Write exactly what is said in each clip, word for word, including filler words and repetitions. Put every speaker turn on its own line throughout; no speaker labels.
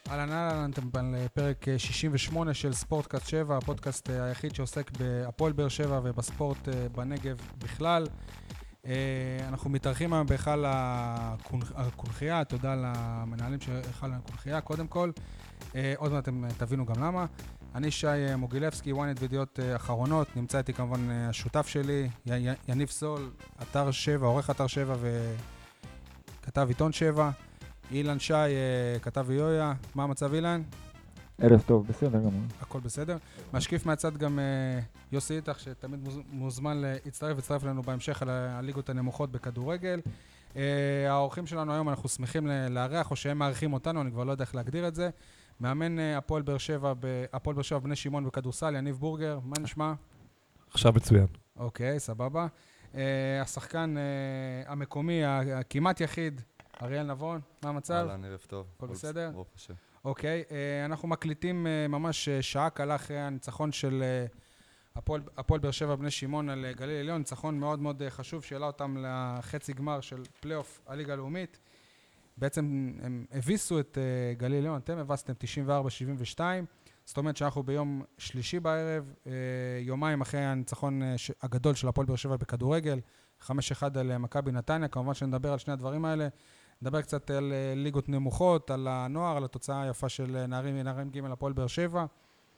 אהלן אהלן, אתם בפרק שישים ושמונה של ספורטקאסט שבע, הפודקאסט היחיד שעוסק בהפועל באר שבע ובספורט בנגב בכלל. אנחנו מתארחים היום בהיכל הקונחייה, תודה למנהלים של היכל הקונחייה קודם כל. עוד מעט אתם תבינו גם למה. אני שי מוגילבסקי, וואנט וידיעות אחרונות, נמצא איתי כמובן השותף שלי, יניב סול, אתר שבע, עורך אתר שבע וכתב עיתון שבע. אילן שי, כתב ויויה, מה המצב אילן?
ערב טוב, בסדר גמור.
הכל בסדר. משקיף מהצד גם יוסי איתך, שתמיד מוזמן להצטרף, הצטרף לנו בהמשך על הליגות הנמוכות בכדורגל. האורחים שלנו היום, אנחנו שמחים לארח, או שהם מארחים אותנו, אני כבר לא יודע איך להגדיר את זה. מאמן הפועל באר שבע, הפועל באר שבע בני שמעון בכדורסל, יניב בורגר, מה נשמע?
עכשיו מצוין.
אוקיי, סבבה. השחקן המקומי, הכמעט יחיד, אריאל נבון, מה המצב?
אהלן, ערב טוב.
הכל בסדר?
ברוך השם.
אוקיי, אנחנו מקליטים ממש שעה קלה אחרי הניצחון של הפועל באר שבע בני שמעון על גליל עליון, ניצחון מאוד מאוד חשוב שהעלה אותם לחצי גמר של פלייאוף הליגה הלאומית. בעצם הם הביסו את גליל עליון, אתם הבסתם תשעים וארבע שבעים ושתיים, זאת אומרת שאנחנו ביום שלישי בערב, יומיים אחרי הניצחון הגדול של הפועל באר שבע בכדורגל, חמש אחד על מכבי נתניה, כמובן שנדבר על שני הדברים האלה. נדבר קצת על ליגות נמוכות, על הנוער, על התוצאה היפה של נערים ונערים ג' הפועל באר שבע.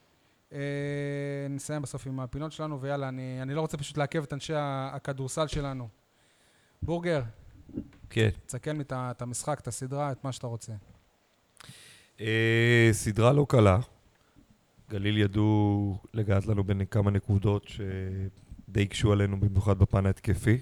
נסיים בסוף עם הפינות שלנו, ויאללה, אני, אני לא רוצה פשוט לעכב את אנשי הכדורסל שלנו. בורגר,
כן.
תסכם לי את המשחק, את הסדרה, את מה שאתה רוצה.
סדרה לא קלה. גליל ידעו לגעת לנו בין כמה נקודות שדי הקשו עלינו, במיוחד בפן ההתקפי.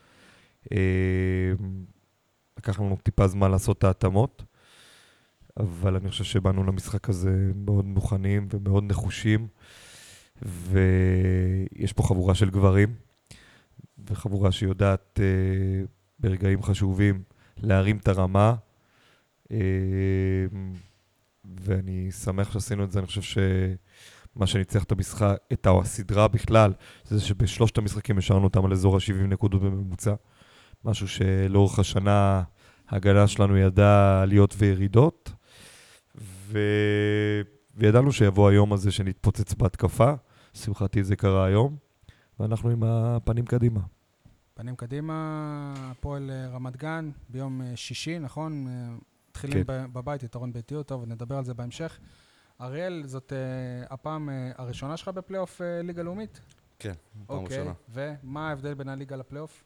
לקח לנו טיפה זמן לעשות את ההתאמות, אבל אני חושב שבאנו למשחק הזה מאוד מוכנים ומאוד נחושים, ויש פה חבורה של גברים, וחבורה שיודעת אה, ברגעים חשובים להרים את הרמה, אה, ואני שמח שעשינו את זה. אני חושב שמה שניצח את המשחק, את הסדרה בכלל, זה שבשלושת המשחקים השארנו אותם על אזור ה-שבעים נקודות בממוצע, משהו שלאורך השנה ההגנה שלנו ידעה עליות וירידות, ו... וידענו שיבוא היום הזה שנתפוצץ בהתקפה. שמחתי זה קרה היום, ואנחנו עם הפנים קדימה.
פנים קדימה, הפועל רמת גן ביום שישי, נכון? התחילים כן. בבית, יתרון ביתיות, טוב, נדבר על זה בהמשך. אריאל, זאת הפעם הראשונה שלך בפלייאוף ליגה לאומית?
כן, פעם ראשונה.
אוקיי, ומה ההבדל בין הליגה לפלייאוף?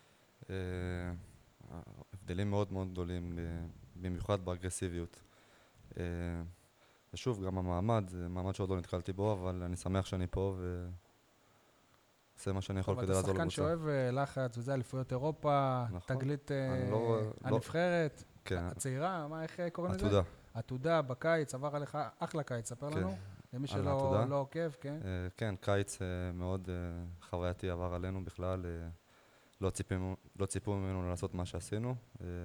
הבדלים מאוד מאוד גדולים, במיוחד באגרסיביות. ושוב, גם המעמד, זה מעמד שעוד לא נתקלתי בו, אבל אני שמח שאני פה ועושה מה שאני יכול כדי לעזור לקבוצה.
אתה שחקן שאוהב לחץ, וזה אליפויות אירופה, תגלית הנבחרת, הצעירה, מה, איך קוראים לזה?
עתודה.
עתודה, בקיץ, עבר עליך אחלה קיץ, ספר לנו. למי שלא עוקב, כן?
כן, קיץ מאוד חווייתי עבר עלינו בכלל. לא ציפו, לא ציפו ממנו לעשות מה שעשינו,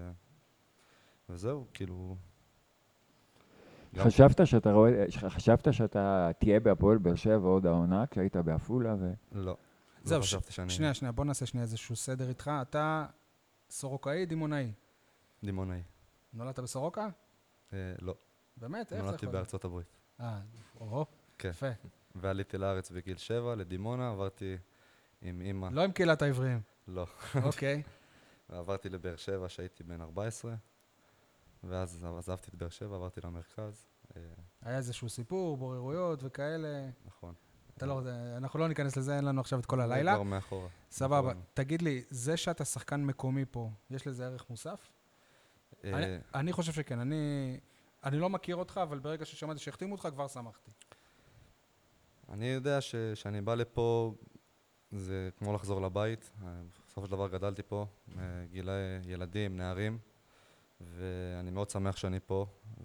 וזהו, כאילו...
חשבת שאתה רואה, חשבת שאתה תהיה בהפועל באר שבע עוד העונה, כי היית בעפולה ו...
לא,
לא חשבתי שאני... שנייה, שנייה, בוא נעשה שנייה איזשהו סדר איתך. אתה סורוקאי, דימונאי?
דימונאי.
נולדת בסורוקה?
לא.
באמת? איך זה יכול?
נולדתי בארצות הברית.
אה, או, יפה.
ועליתי לארץ בגיל שבע, לדימונה, עברתי עם אמא...
לא עם קהילת העבריים.
לא.
אוקיי.
ועברתי לבאר שבע שהייתי בן ארבע עשרה, ואז עזבתי את באר שבע, עברתי למרכז.
היה איזשהו סיפור, בוררויות וכאלה.
נכון.
אתה לא, אנחנו לא ניכנס לזה, אין לנו עכשיו את כל הלילה.
כבר מאחורה.
סבבה. תגיד לי, זה שאתה שחקן מקומי פה, יש לזה ערך מוסף? אני חושב שכן. אני לא מכיר אותך, אבל ברגע ששמעתי שהחתימו אותך, כבר שמחתי.
אני יודע שאני בא לפה, זה כמו לחזור לבית. בסופו של דבר גדלתי פה, גילי ילדים, נערים, ואני מאוד שמח שאני פה,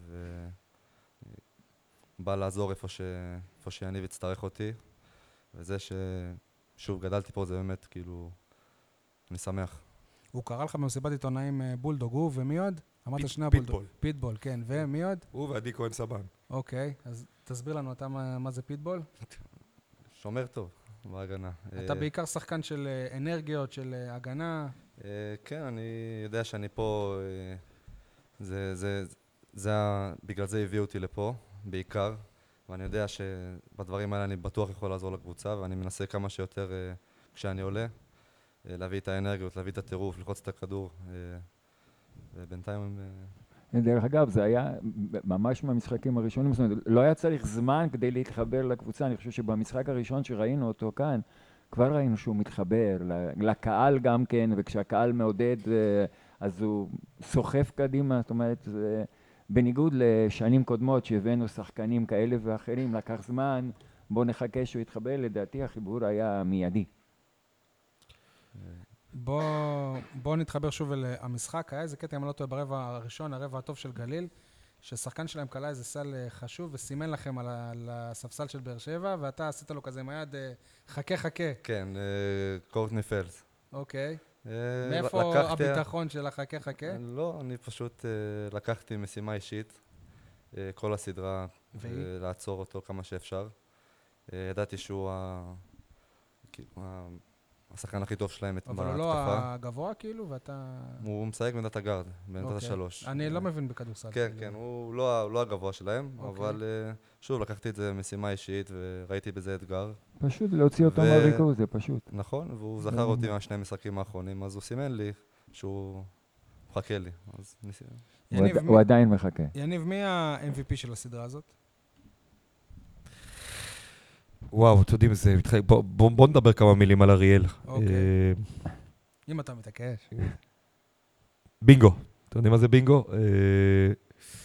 ובא לעזור איפה, ש... איפה שיניב יצטרך אותי, וזה ששוב גדלתי פה זה באמת כאילו, אני שמח.
הוא קרא לך במסיבת עיתונאים בולדוג, הוא ומי עוד? אמרת שני
הבולדוג.
פיטבול. פיטבול, כן, ומי עוד?
הוא ועדי כהן סבן.
אוקיי, אז תסביר לנו אתה מה זה פיטבול?
שומר טוב. בהגנה.
אתה בעיקר שחקן של אנרגיות, של הגנה.
כן, אני יודע שאני פה, זה, זה, זה, ה- בגלל זה הביאו אותי לפה, בעיקר, ואני יודע שבדברים האלה אני בטוח יכול לעזור לקבוצה, ואני מנסה כמה שיותר אה, כשאני עולה, אה, להביא את האנרגיות, להביא את הטירוף, ללחוץ את הכדור, אה, ובינתיים... אה,
דרך אגב, זה היה ממש מהמשחקים הראשונים, זאת אומרת, לא היה צריך זמן כדי להתחבר לקבוצה, אני חושב שבמשחק הראשון שראינו אותו כאן, כבר ראינו שהוא מתחבר, ל- לקהל גם כן, וכשהקהל מעודד, אה, אז הוא סוחף קדימה, זאת אומרת, זה, בניגוד לשנים קודמות שהבאנו שחקנים כאלה ואחרים, לקח זמן, בוא נחכה שהוא יתחבר, לדעתי החיבור היה מיידי.
בוא, בוא נתחבר שוב אל המשחק. היה איזה קטע, אם אני לא טועה, ברבע הראשון, הרבע הטוב של גליל, ששחקן שלהם קלה איזה סל אה, חשוב וסימן לכם על, ה- על הספסל של באר שבע, ואתה עשית לו כזה עם היד, אה, חכה חכה.
כן, אה, קורטני פלס.
אוקיי.
אה,
מאיפה
לקחתי-
הביטחון של החכה חכה?
לא, אני פשוט אה, לקחתי משימה אישית, אה, כל הסדרה,
והיא?
אה, לעצור אותו כמה שאפשר. אה, ידעתי שהוא ה- כאילו, ה- השחקן הכי טוב שלהם את-
אבל הוא לא
בהתקפה.
הגבוה כאילו, ואתה...
הוא משחק בעמדת הגארד, בעמדת
אוקיי.
השלוש.
אני
אה,
לא מבין בכדורסל.
כן,
כאילו.
כן, הוא לא ה- לא הגבוה שלהם,
אוקיי.
אבל אה, שוב, לקחתי את זה משימה אישית וראיתי בזה אתגר.
פשוט להוציא אותו
ו-
מהריכוז, זה פשוט.
נכון, והוא
לא
זכר אותי
נגמר.
מהשני המשחקים האחרונים, אז הוא סימן לי שהוא מחכה לי. אז ניסי...
הוא
יניב,
עד-
מי-
הוא עדיין מחכה.
יניב, מי ה-אם וי פי של הסדרה הזאת?
וואו, אתם יודעים, זה מתח... בוא, בוא, בוא נדבר כמה מילים על אריאל.
אוקיי.
אה,
אם אתה מתעקש.
בינגו. אתם יודעים מה זה בינגו? אה,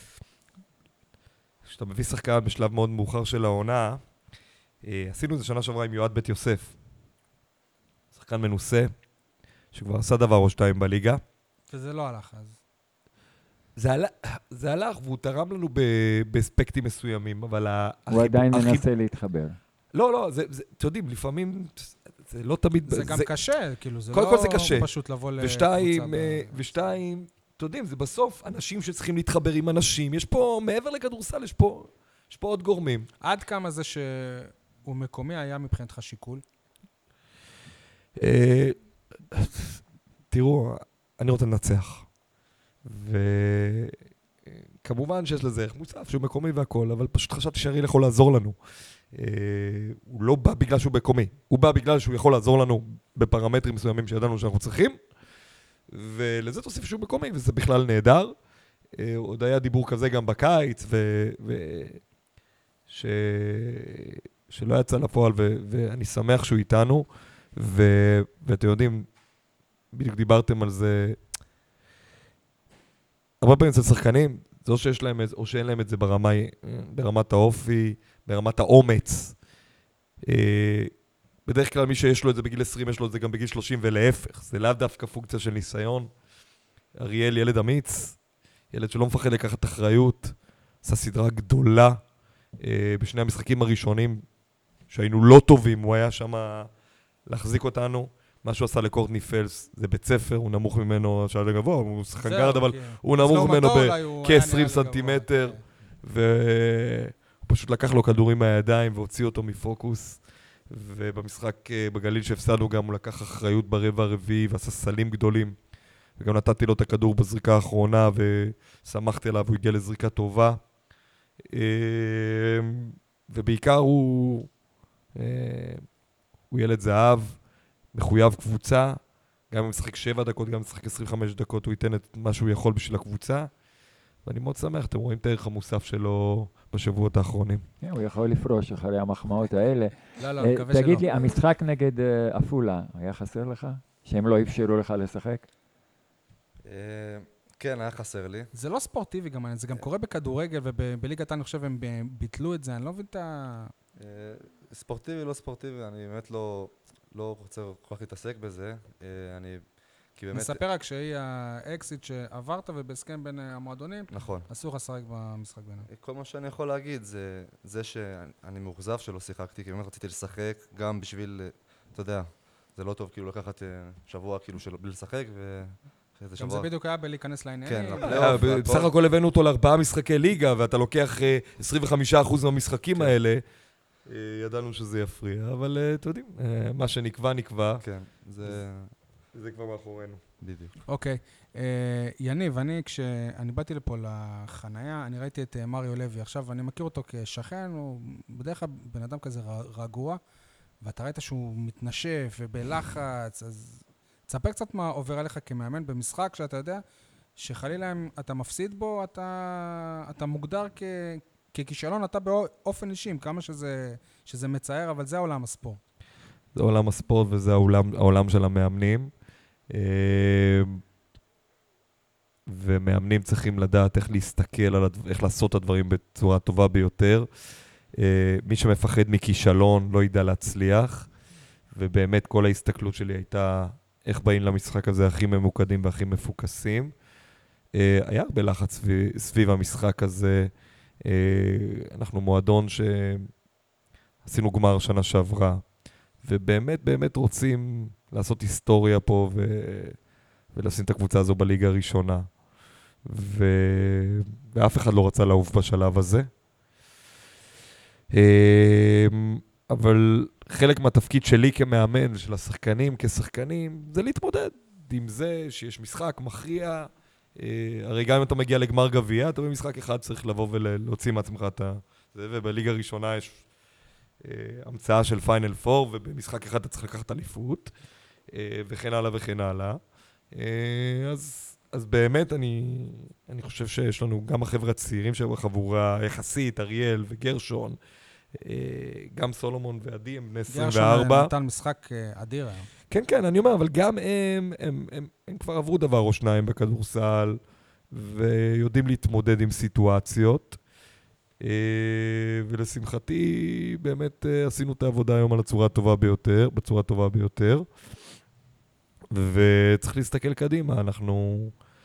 כשאתה מביא שחקן בשלב מאוד מאוחר של העונה, אה, עשינו את זה שנה שעברה עם יועד בית יוסף. שחקן מנוסה, שכבר עשה דבר או שתיים בליגה.
וזה לא הלך אז.
זה, עלה, זה הלך והוא תרם לנו ב- באספקטים מסוימים, אבל ה-
הוא
החיב-
עדיין
החיב-
מנסה להתחבר.
לא, לא, זה, זה, אתם יודעים, לפעמים זה לא תמיד...
זה גם קשה, כאילו, זה
קודם
לא
כל זה קשה.
פשוט לבוא לקבוצה.
ושתיים,
ב-
אה, ושתיים, אתם יודעים, זה בסוף אנשים שצריכים להתחבר עם אנשים. יש פה, מעבר לכדורסל, יש פה, יש פה עוד גורמים.
עד כמה זה שהוא מקומי היה מבחינתך שיקול?
אה, תראו, אני רוצה לנצח. וכמובן שיש לזה ערך מוסף שהוא מקומי והכל, אבל פשוט חשבתי שאריאל יכול לעזור לנו. אה, הוא לא בא בגלל שהוא מקומי, הוא בא בגלל שהוא יכול לעזור לנו בפרמטרים מסוימים שידענו שאנחנו צריכים, ולזה תוסיף שהוא מקומי, וזה בכלל נהדר. אה, עוד היה דיבור כזה גם בקיץ, ו... ו... ש... שלא יצא לפועל, ו... ואני שמח שהוא איתנו, ו... ואתם יודעים, בדיוק דיברתם על זה, הרבה פעמים אצל שחקנים, זה או שיש להם, או שאין להם את זה ברמה, ברמת האופי, ברמת האומץ. אה, בדרך כלל מי שיש לו את זה בגיל עשרים, יש לו את זה גם בגיל שלושים ולהפך. זה לאו דווקא פונקציה של ניסיון. אריאל ילד אמיץ, ילד שלא מפחד לקחת אחריות, עשה סדרה גדולה. אה, בשני המשחקים הראשונים שהיינו לא טובים, הוא היה שם להחזיק אותנו. מה שהוא עשה לקורטני פלס, זה בית ספר, הוא נמוך ממנו, שעלה גבוה, הוא שחקן גארד, אבל הוא נמוך ממנו בכ-עשרים סנטימטר, והוא פשוט לקח לו כדורים מהידיים והוציא אותו מפוקוס, ובמשחק בגליל שהפסדנו גם הוא לקח אחריות ברבע הרביעי ועשה סלים גדולים, וגם נתתי לו את הכדור בזריקה האחרונה ושמחתי עליו, הוא הגיע לזריקה טובה, ובעיקר הוא, הוא ילד זהב, מחויב קבוצה, גם אם משחק שבע דקות, גם אם משחק עשרים וחמש דקות, הוא ייתן את מה שהוא יכול בשביל הקבוצה. ואני מאוד שמח, אתם רואים את הערך המוסף שלו בשבועות האחרונים.
כן, הוא יכול לפרוש אחרי המחמאות האלה.
לא, לא,
אה,
מקווה שלא.
תגיד לי, המשחק נגד אה, עפולה, היה חסר לך? שהם לא אפשרו לך לשחק?
אה, כן, היה חסר לי.
זה לא ספורטיבי גם, זה גם קורה בכדורגל, ובליגת העל אני חושב הם ב- ביטלו את זה, אני לא מבין את ה...
אה, ספורטיבי, לא ספורטיבי, אני באמת לא, לא רוצה כל כך להתעסק בזה. אה, אני, כי באמת...
נספר רק שהיא האקסיט שעברת, ובהסכם בין אה, המועדונים,
נכון.
אסור לך לשחק במשחק ביניהם.
כל מה שאני יכול להגיד זה, זה שאני מאוכזב שלא שיחקתי, כי באמת רציתי לשחק גם בשביל, אה, אתה יודע, זה לא טוב כאילו לקחת אה, שבוע כאילו של, בלי לשחק, ואחרי זה
גם
שבוע...
זה בדיוק היה בלהיכנס לעניינים.
כן,
אה,
לפלייאוף. והכל.
בסך הכל הבאנו אותו לארבעה משחקי ליגה, ואתה לוקח אה, עשרים וחמישה אחוז מהמשחקים האלה, אה, ידענו שזה יפריע, אבל אה, אתם יודעים, אה, מה שנקבע נקבע.
כן, זה...
וזה כבר מאחורינו.
בדיוק.
אוקיי. אה, יניב, אני, כשאני באתי לפה לחנייה, אני ראיתי את אה, מריו לוי. עכשיו, אני מכיר אותו כשכן, הוא בדרך כלל בן אדם כזה ר- רגוע, ואתה ראית שהוא מתנשף ובלחץ, אז תספר קצת מה עובר עליך כמאמן במשחק, שאתה יודע שחלילה אם אתה מפסיד בו, אתה, אתה מוגדר כ, ככישלון, אתה באופן אישי, עם כמה שזה, שזה מצער, אבל זה עולם הספורט.
זה עולם הספורט וזה העולם, העולם של המאמנים. אה, ומאמנים צריכים לדעת איך להסתכל על הדבר, איך לעשות את הדברים בצורה טובה ביותר. אה, מי שמפחד מכישלון לא ידע להצליח, ובאמת כל ההסתכלות שלי הייתה איך באים למשחק הזה הכי ממוקדים והכי מפוקסים. אה, היה הרבה לחץ סביב, סביב המשחק הזה. אה, אנחנו מועדון שעשינו גמר שנה שעברה, ובאמת באמת רוצים לעשות היסטוריה פה ו... ולשים את הקבוצה הזו בליגה הראשונה. ו... ואף אחד לא רצה לעוף בשלב הזה. אבל חלק מהתפקיד שלי כמאמן ושל השחקנים כשחקנים, זה להתמודד עם זה שיש משחק מכריע. הרי גם אם אתה מגיע לגמר גביע, אתה במשחק אחד צריך לבוא ולהוציא מעצמך את זה, ובליגה הראשונה יש המצאה של פיינל פור, ובמשחק אחד אתה צריך לקחת אליפות, וכן הלאה וכן הלאה. אז, אז באמת אני, אני חושב שיש לנו גם החבר'ה הצעירים שבחבורה יחסית, אריאל וגרשון, גם סולומון ועדי הם בני עשרים וארבע.
גרשון נתן משחק אדיר היום.
כן, כן, אני אומר, אבל גם הם, הם, הם, הם כבר עברו דבר או שניים בכדורסל, ויודעים להתמודד עם סיטואציות. ולשמחתי, באמת עשינו את העבודה היום על הצורה הטובה ביותר, בצורה הטובה ביותר. וצריך להסתכל קדימה, אנחנו...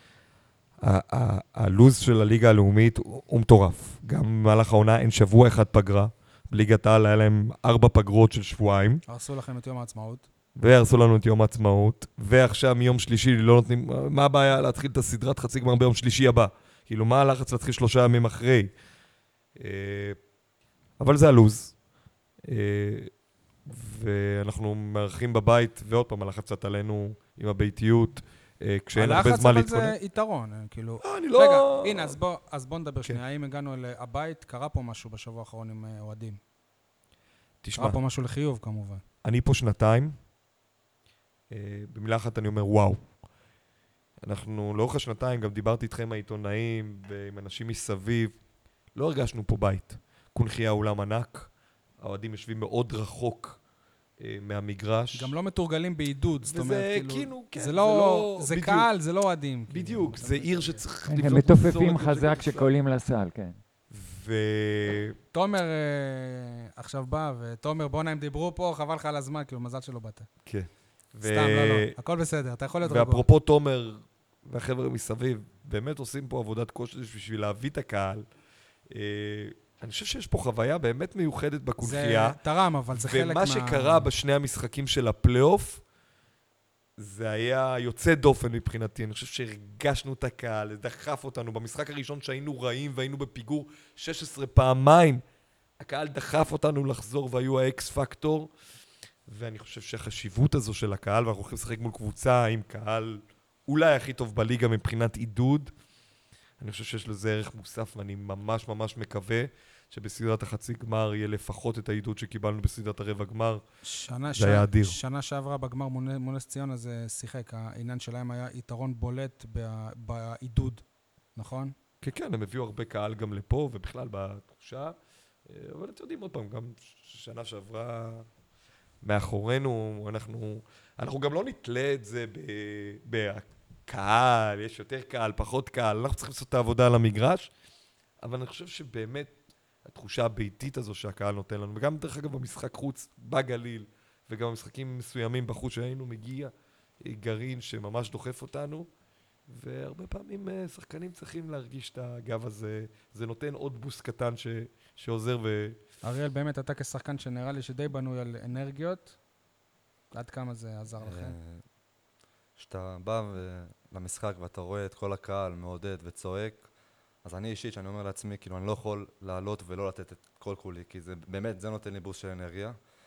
הלוז של הליגה הלאומית הוא מטורף. גם במהלך העונה אין שבוע אחד פגרה. בליגת העל היה להם ארבע פגרות של שבועיים.
הרסו לכם את יום העצמאות.
והרסו לנו את יום העצמאות. ועכשיו מיום שלישי לא נותנים... מה הבעיה להתחיל את הסדרת חצי גמר ביום שלישי הבא? כאילו, מה הלחץ להתחיל שלושה ימים אחרי? אבל זה הלוז. ואנחנו מארחים בבית, ועוד פעם הלחץ קצת עלינו עם הביתיות, כשאין הרבה זמן להתכונן.
הלחץ אבל זה יתרון, כאילו...
אני לא...
רגע, הנה, אז בוא, אז בוא נדבר שנייה. האם הגענו לבית, קרה פה משהו בשבוע האחרון עם אוהדים?
תשמע,
קרה פה משהו לחיוב, כמובן.
אני פה שנתיים. במילה אחת אני אומר, וואו. אנחנו לאורך השנתיים, גם דיברתי איתכם העיתונאים ועם אנשים מסביב, לא הרגשנו פה בית. קונחייה אולם ענק, האוהדים יושבים מאוד רחוק אה, מהמגרש.
גם לא מתורגלים בעידוד, זאת אומרת,
וזה
כאילו...
כאילו, כן,
זה
זה
לא...
לא...
זה
בדיוק.
קהל, זה לא אוהדים.
בדיוק,
כאילו,
זה עיר שצריך
הם
לבנות
מתופפים
מסורת
חזק
של
שקולים לסל, כן.
ו...
תומר אה, עכשיו בא, ותומר, בואנה, הם דיברו פה, חבל לך על הזמן, כאילו, מזל שלא באת.
כן. ו...
סתם, לא, לא, הכל בסדר, אתה יכול להיות רגוע.
ואפרופו תומר והחבר'ה מסביב, באמת עושים פה עבודת קושי בשביל להביא את הקהל. אה, אני חושב שיש פה חוויה באמת מיוחדת בקונחייה.
זה תרם, אבל זה חלק מה...
ומה שקרה בשני המשחקים של הפלייאוף, זה היה יוצא דופן מבחינתי. אני חושב שהרגשנו את הקהל, זה דחף אותנו. במשחק הראשון שהיינו רעים והיינו בפיגור שש עשרה פעמיים, הקהל דחף אותנו לחזור והיו האקס פקטור. ואני חושב שהחשיבות הזו של הקהל, ואנחנו הולכים לשחק מול קבוצה עם קהל אולי הכי טוב בליגה מבחינת עידוד, אני חושב שיש לזה ערך מוסף, ואני ממש ממש מקווה שבסדרת החצי גמר יהיה לפחות את העידוד שקיבלנו בסדרת הרבע גמר.
שנה,
זה היה אדיר.
שנה שעברה בגמר מול מול נס ציונה זה שיחק, העניין שלהם היה יתרון בולט ב- בעידוד, נכון?
כן, כן, הם הביאו הרבה קהל גם לפה, ובכלל בתחושה, אבל אתם יודעים עוד פעם, גם שנה שעברה מאחורינו, אנחנו, אנחנו גם לא נתלה את זה בקהל, יש יותר קהל, פחות קהל, אנחנו צריכים לעשות את העבודה על המגרש, אבל אני חושב שבאמת התחושה הביתית הזו שהקהל נותן לנו, וגם דרך אגב במשחק חוץ בגליל, וגם במשחקים מסוימים בחוץ שהיינו מגיע גרעין שממש דוחף אותנו, והרבה פעמים שחקנים צריכים להרגיש את הגב הזה, זה נותן עוד בוס קטן ש, שעוזר ו...
אריאל, באמת אתה כשחקן שנראה לי שדי בנוי על אנרגיות, עד כמה זה עזר לכם?
כשאתה בא למשחק ואתה רואה את כל הקהל מעודד וצועק, אז אני אישית, שאני אומר לעצמי, כאילו אני לא יכול לעלות ולא לתת את כל כולי, כי זה באמת, זה נותן לי בוס של אנרגיה.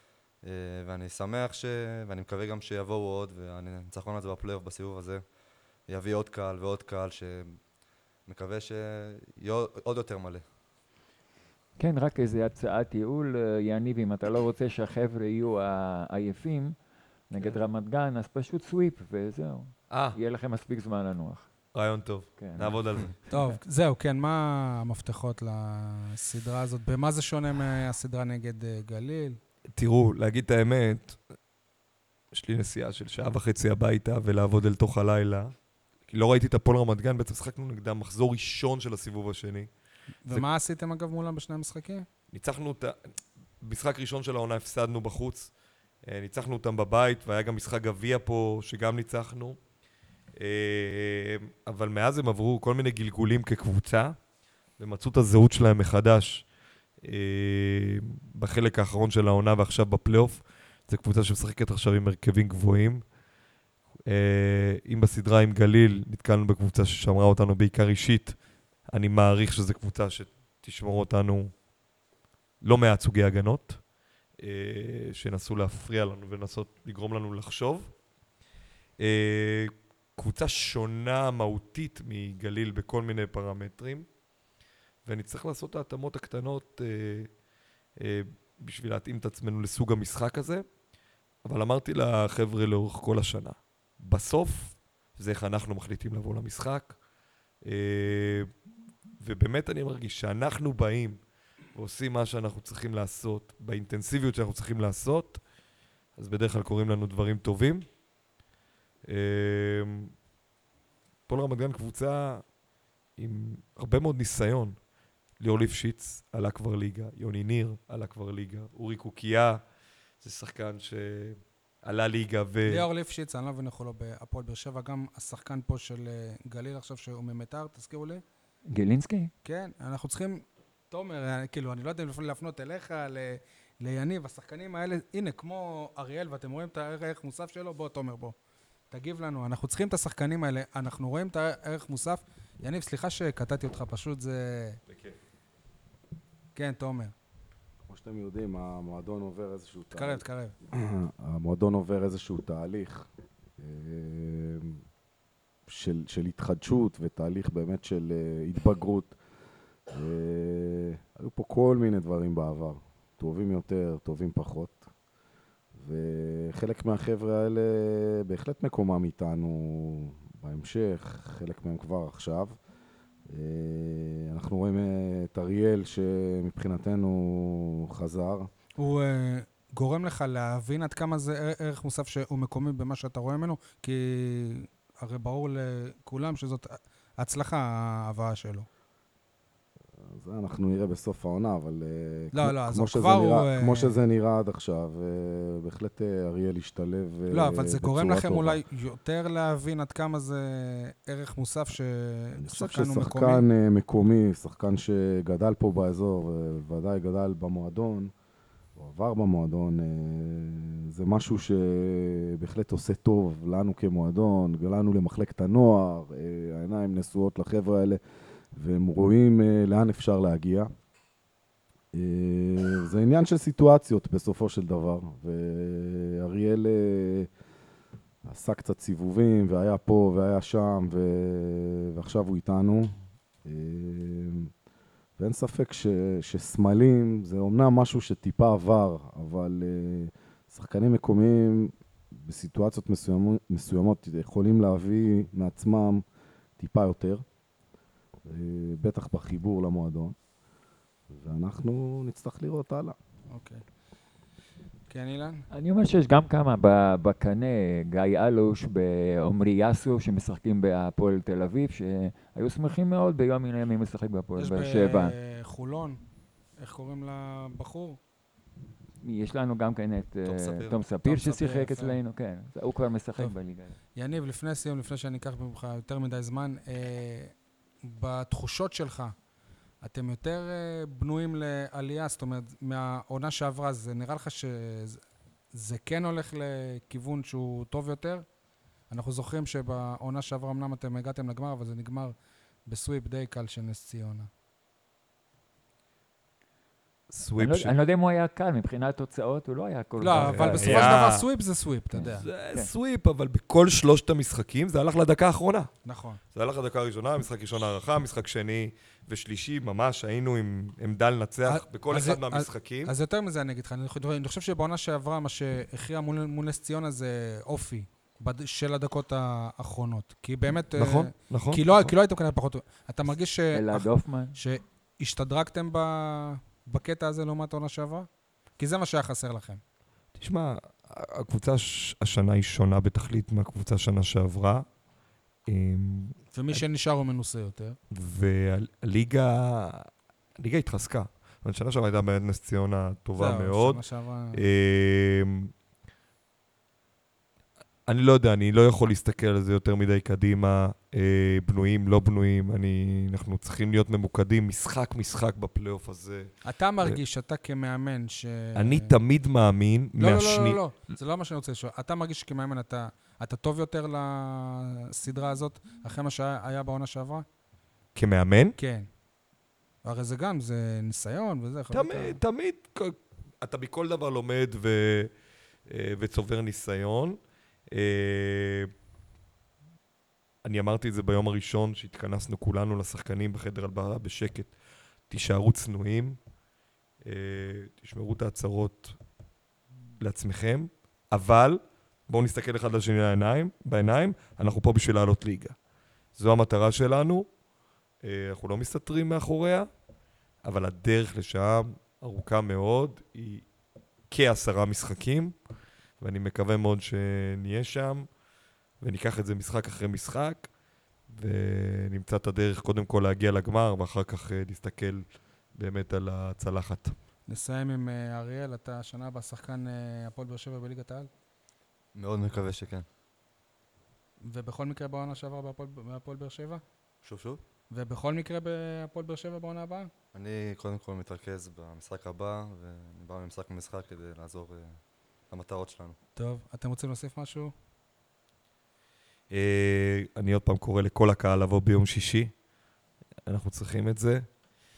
אה, ואני שמח ש... ואני מקווה גם שיבואו עוד, והניצחון הזה בפלייאוף בסיבוב הזה יביא עוד קהל ועוד קהל, שמקווה שיהיה עוד יותר מלא.
כן, רק איזה הצעת ייעול, יניב, אם אתה לא רוצה שהחבר'ה יהיו עייפים נגד רמת גן, אז פשוט סוויפ וזהו.
אה,
יהיה לכם מספיק זמן לנוח.
רעיון טוב.
כן.
נעבוד על זה.
טוב, זהו, כן, מה המפתחות לסדרה הזאת? במה זה שונה מהסדרה נגד אה, גליל?
תראו, להגיד את האמת, יש לי נסיעה של שעה וחצי הביתה ולעבוד אל תוך הלילה. כי לא ראיתי את הפועל רמת גן, בעצם שחקנו נגדם מחזור ראשון של הסיבוב השני.
ומה עשיתם אגב מולם בשני המשחקים?
ניצחנו אותה, משחק ראשון של העונה הפסדנו בחוץ, אה, ניצחנו אותם בבית, והיה גם משחק גביע פה שגם ניצחנו. אה, אבל מאז הם עברו כל מיני גלגולים כקבוצה, ומצאו את הזהות שלהם מחדש אה, בחלק האחרון של העונה ועכשיו בפלייאוף. זו קבוצה שמשחקת עכשיו עם הרכבים גבוהים. אה, אם בסדרה עם גליל נתקלנו בקבוצה ששמרה אותנו בעיקר אישית, אני מעריך שזו קבוצה שתשמור אותנו לא מעט סוגי הגנות, אה, שנסו להפריע לנו ונסות לגרום לנו לחשוב. אה, קבוצה שונה מהותית מגליל בכל מיני פרמטרים, ונצטרך לעשות את ההתאמות הקטנות אה, אה, בשביל להתאים את עצמנו לסוג המשחק הזה, אבל אמרתי לחבר'ה לאורך כל השנה, בסוף זה איך אנחנו מחליטים לבוא למשחק, אה, ובאמת אני מרגיש שאנחנו באים ועושים מה שאנחנו צריכים לעשות, באינטנסיביות שאנחנו צריכים לעשות, אז בדרך כלל קוראים לנו דברים טובים. הפועל רמת גן קבוצה עם הרבה מאוד ניסיון. ליאור ליפשיץ עלה כבר ליגה, יוני ניר עלה כבר ליגה, אורי קוקיה, זה שחקן שעלה ליגה ו...
ליאור ליפשיץ, אני לא מבין איך הוא לא בהפועל באר שבע, גם השחקן פה של גליל עכשיו שהוא ממיתר, תזכירו לי?
גילינסקי?
כן, אנחנו צריכים, תומר, כאילו, אני לא יודע אם להפנות אליך, ל- ליניב, השחקנים האלה, הנה, כמו אריאל, ואתם רואים את הערך מוסף שלו, בוא, תומר, בוא. תגיב לנו, אנחנו צריכים את השחקנים האלה, אנחנו רואים את הערך מוסף. יניב, סליחה שקטעתי אותך, פשוט זה...
בכיף.
כן, תומר.
כמו שאתם יודעים, המועדון עובר איזשהו
תקרב, תקרב.
המועדון עובר איזשהו תהליך אה, של, של התחדשות ותהליך באמת של אה, התבגרות. אה, היו פה כל מיני דברים בעבר, טובים יותר, טובים פחות. וחלק מהחבר'ה האלה בהחלט מקומם איתנו בהמשך, חלק מהם כבר עכשיו. אנחנו רואים את אריאל שמבחינתנו חזר. הוא
uh, גורם לך להבין עד כמה זה ערך מוסף שהוא מקומי במה שאתה רואה ממנו, כי הרי ברור לכולם שזאת הצלחה ההבאה שלו.
זה אנחנו נראה בסוף העונה, אבל
לא,
כמו,
לא, אז
כמו, שזה
כבר
נראה,
הוא...
כמו שזה נראה עד עכשיו, בהחלט אריאל השתלב בצורה טובה.
לא, אבל זה גורם לכם אולי יותר להבין עד כמה זה ערך מוסף ששחקן הוא מקומי.
שחקן מקומי, שחקן שגדל פה באזור, ודאי גדל במועדון, או עבר במועדון, זה משהו שבהחלט עושה טוב לנו כמועדון, לנו למחלקת הנוער, העיניים נשואות לחבר'ה האלה, והם רואים uh, לאן אפשר להגיע. Uh, זה עניין של סיטואציות בסופו של דבר, ואריאל uh, עשה קצת סיבובים, והיה פה והיה שם, ו... ועכשיו הוא איתנו. Uh, ואין ספק ש... שסמלים זה אומנם משהו שטיפה עבר, אבל uh, שחקנים מקומיים בסיטואציות מסוימות, מסוימות יכולים להביא מעצמם טיפה יותר. בטח בחיבור למועדון, ואנחנו נצטרך לראות הלאה.
אוקיי. כן, אילן?
אני אומר שיש גם כמה בקנה, גיא אלוש ועומרי יאסו שמשחקים בהפועל תל אביב, שהיו שמחים מאוד ביום מן הימים לשחק בהפועל באר שבע.
יש בחולון, איך קוראים לבחור?
יש לנו גם כן את
תום ספיר.
תום ספיר ששיחק אצלנו, כן, הוא כבר משחק בליגה.
יניב, לפני סיום, לפני שאני אקח ממך יותר מדי זמן, בתחושות שלך, אתם יותר בנויים לעלייה, זאת אומרת, מהעונה שעברה, זה נראה לך שזה כן הולך לכיוון שהוא טוב יותר? אנחנו זוכרים שבעונה שעברה אמנם אתם הגעתם לגמר, אבל זה נגמר בסוויפ די קל של נס ציונה.
סוויפ
אני
ש...
לא- אני לא יודע אם הוא היה קל, מבחינת תוצאות הוא לא היה כל כך...
לא, אבל
היה-
בסופו של דבר סוויפ זה סוויפ, אתה יודע.
זה
כן.
סוויפ, אבל בכל שלושת המשחקים זה הלך לדקה האחרונה.
נכון.
זה הלך לדקה הראשונה, משחק ראשון הערכה, משחק שני ושלישי, ממש היינו עם עמדה לנצח
אז-
בכל
אז-
אחד
אז-
מהמשחקים.
אז יותר מזה אני אגיד לך, אני חושב- אני חושב שבעונה שעברה, מה שהכריע מול מול נס ציונה זה אופי בד- של הדקות האחרונות. כי באמת... אה,
נכון, נכון.
כי לא
נכון.
כי לא הייתם כנראה פחות... אתה מרגיש ש-
אלעד הופמן.
שהשתדרגתם ב- בקטע הזה לעומת העונה שעברה? כי זה מה שהיה חסר לכם.
תשמע, הקבוצה הש- השנה היא שונה בתכלית מהקבוצה השנה שעברה. אמ,
ומי שנשאר הוא מנוסה יותר.
והליגה, הליגה התחזקה. אבל שנה שעברה הייתה באמת נס ציונה טובה
זהו,
מאוד.
שנה שעברה-
אמ, אני לא יודע, אני לא יכול להסתכל על זה יותר מדי קדימה, אה, בנויים, לא בנויים, אני, אנחנו צריכים להיות ממוקדים משחק משחק בפלייאוף הזה.
אתה מרגיש שאתה כמאמן ש...
אני תמיד מאמין
לא, לא,
מהשני...
לא, לא, לא, זה לא מה שאני רוצה לשאול. אתה מרגיש שכמאמן אתה, אתה טוב יותר לסדרה הזאת, אחרי מה שהיה בעונה שעברה?
כמאמן?
כן. הרי זה גם, זה ניסיון וזה. יכול להיות-
תמיד, תמיד, כ- אתה מכל דבר לומד ו, אה, וצובר ניסיון. אה, אני אמרתי את זה ביום הראשון שהתכנסנו כולנו לשחקנים בחדר הלבשה בשקט. תישארו צנועים, אה, תשמרו את ההצהרות לעצמכם, אבל בואו נסתכל אחד לשני לעיניים, בעיניים, אנחנו פה בשביל לעלות ליגה. זו המטרה שלנו, אה, אנחנו לא מסתתרים מאחוריה, אבל הדרך לשם ארוכה מאוד, היא כעשרה משחקים, ואני מקווה מאוד שנהיה שם, וניקח את זה משחק אחרי משחק, ונמצא את הדרך קודם כל להגיע לגמר, ואחר כך אה, להסתכל באמת על הצלחת.
נסיים עם אה, אריאל, אתה שנה הבאה שחקן אה, הפועל באר שבע בליגת העל,
מאוד מקווה שכן.
ובכל מקרה בעונה שעברה בהפועל- בהפועל באר שבע?
שוב שוב.
ובכל מקרה בהפועל באר שבע בעונה הבאה?
אני קודם כל מתרכז במשחק הבא, ואני בא ממשחק למשחק כדי לעזור uh, למטרות שלנו.
טוב, אתם רוצים להוסיף משהו?
אה, אני עוד פעם קורא לכל הקהל לבוא ביום שישי, אנחנו צריכים את זה,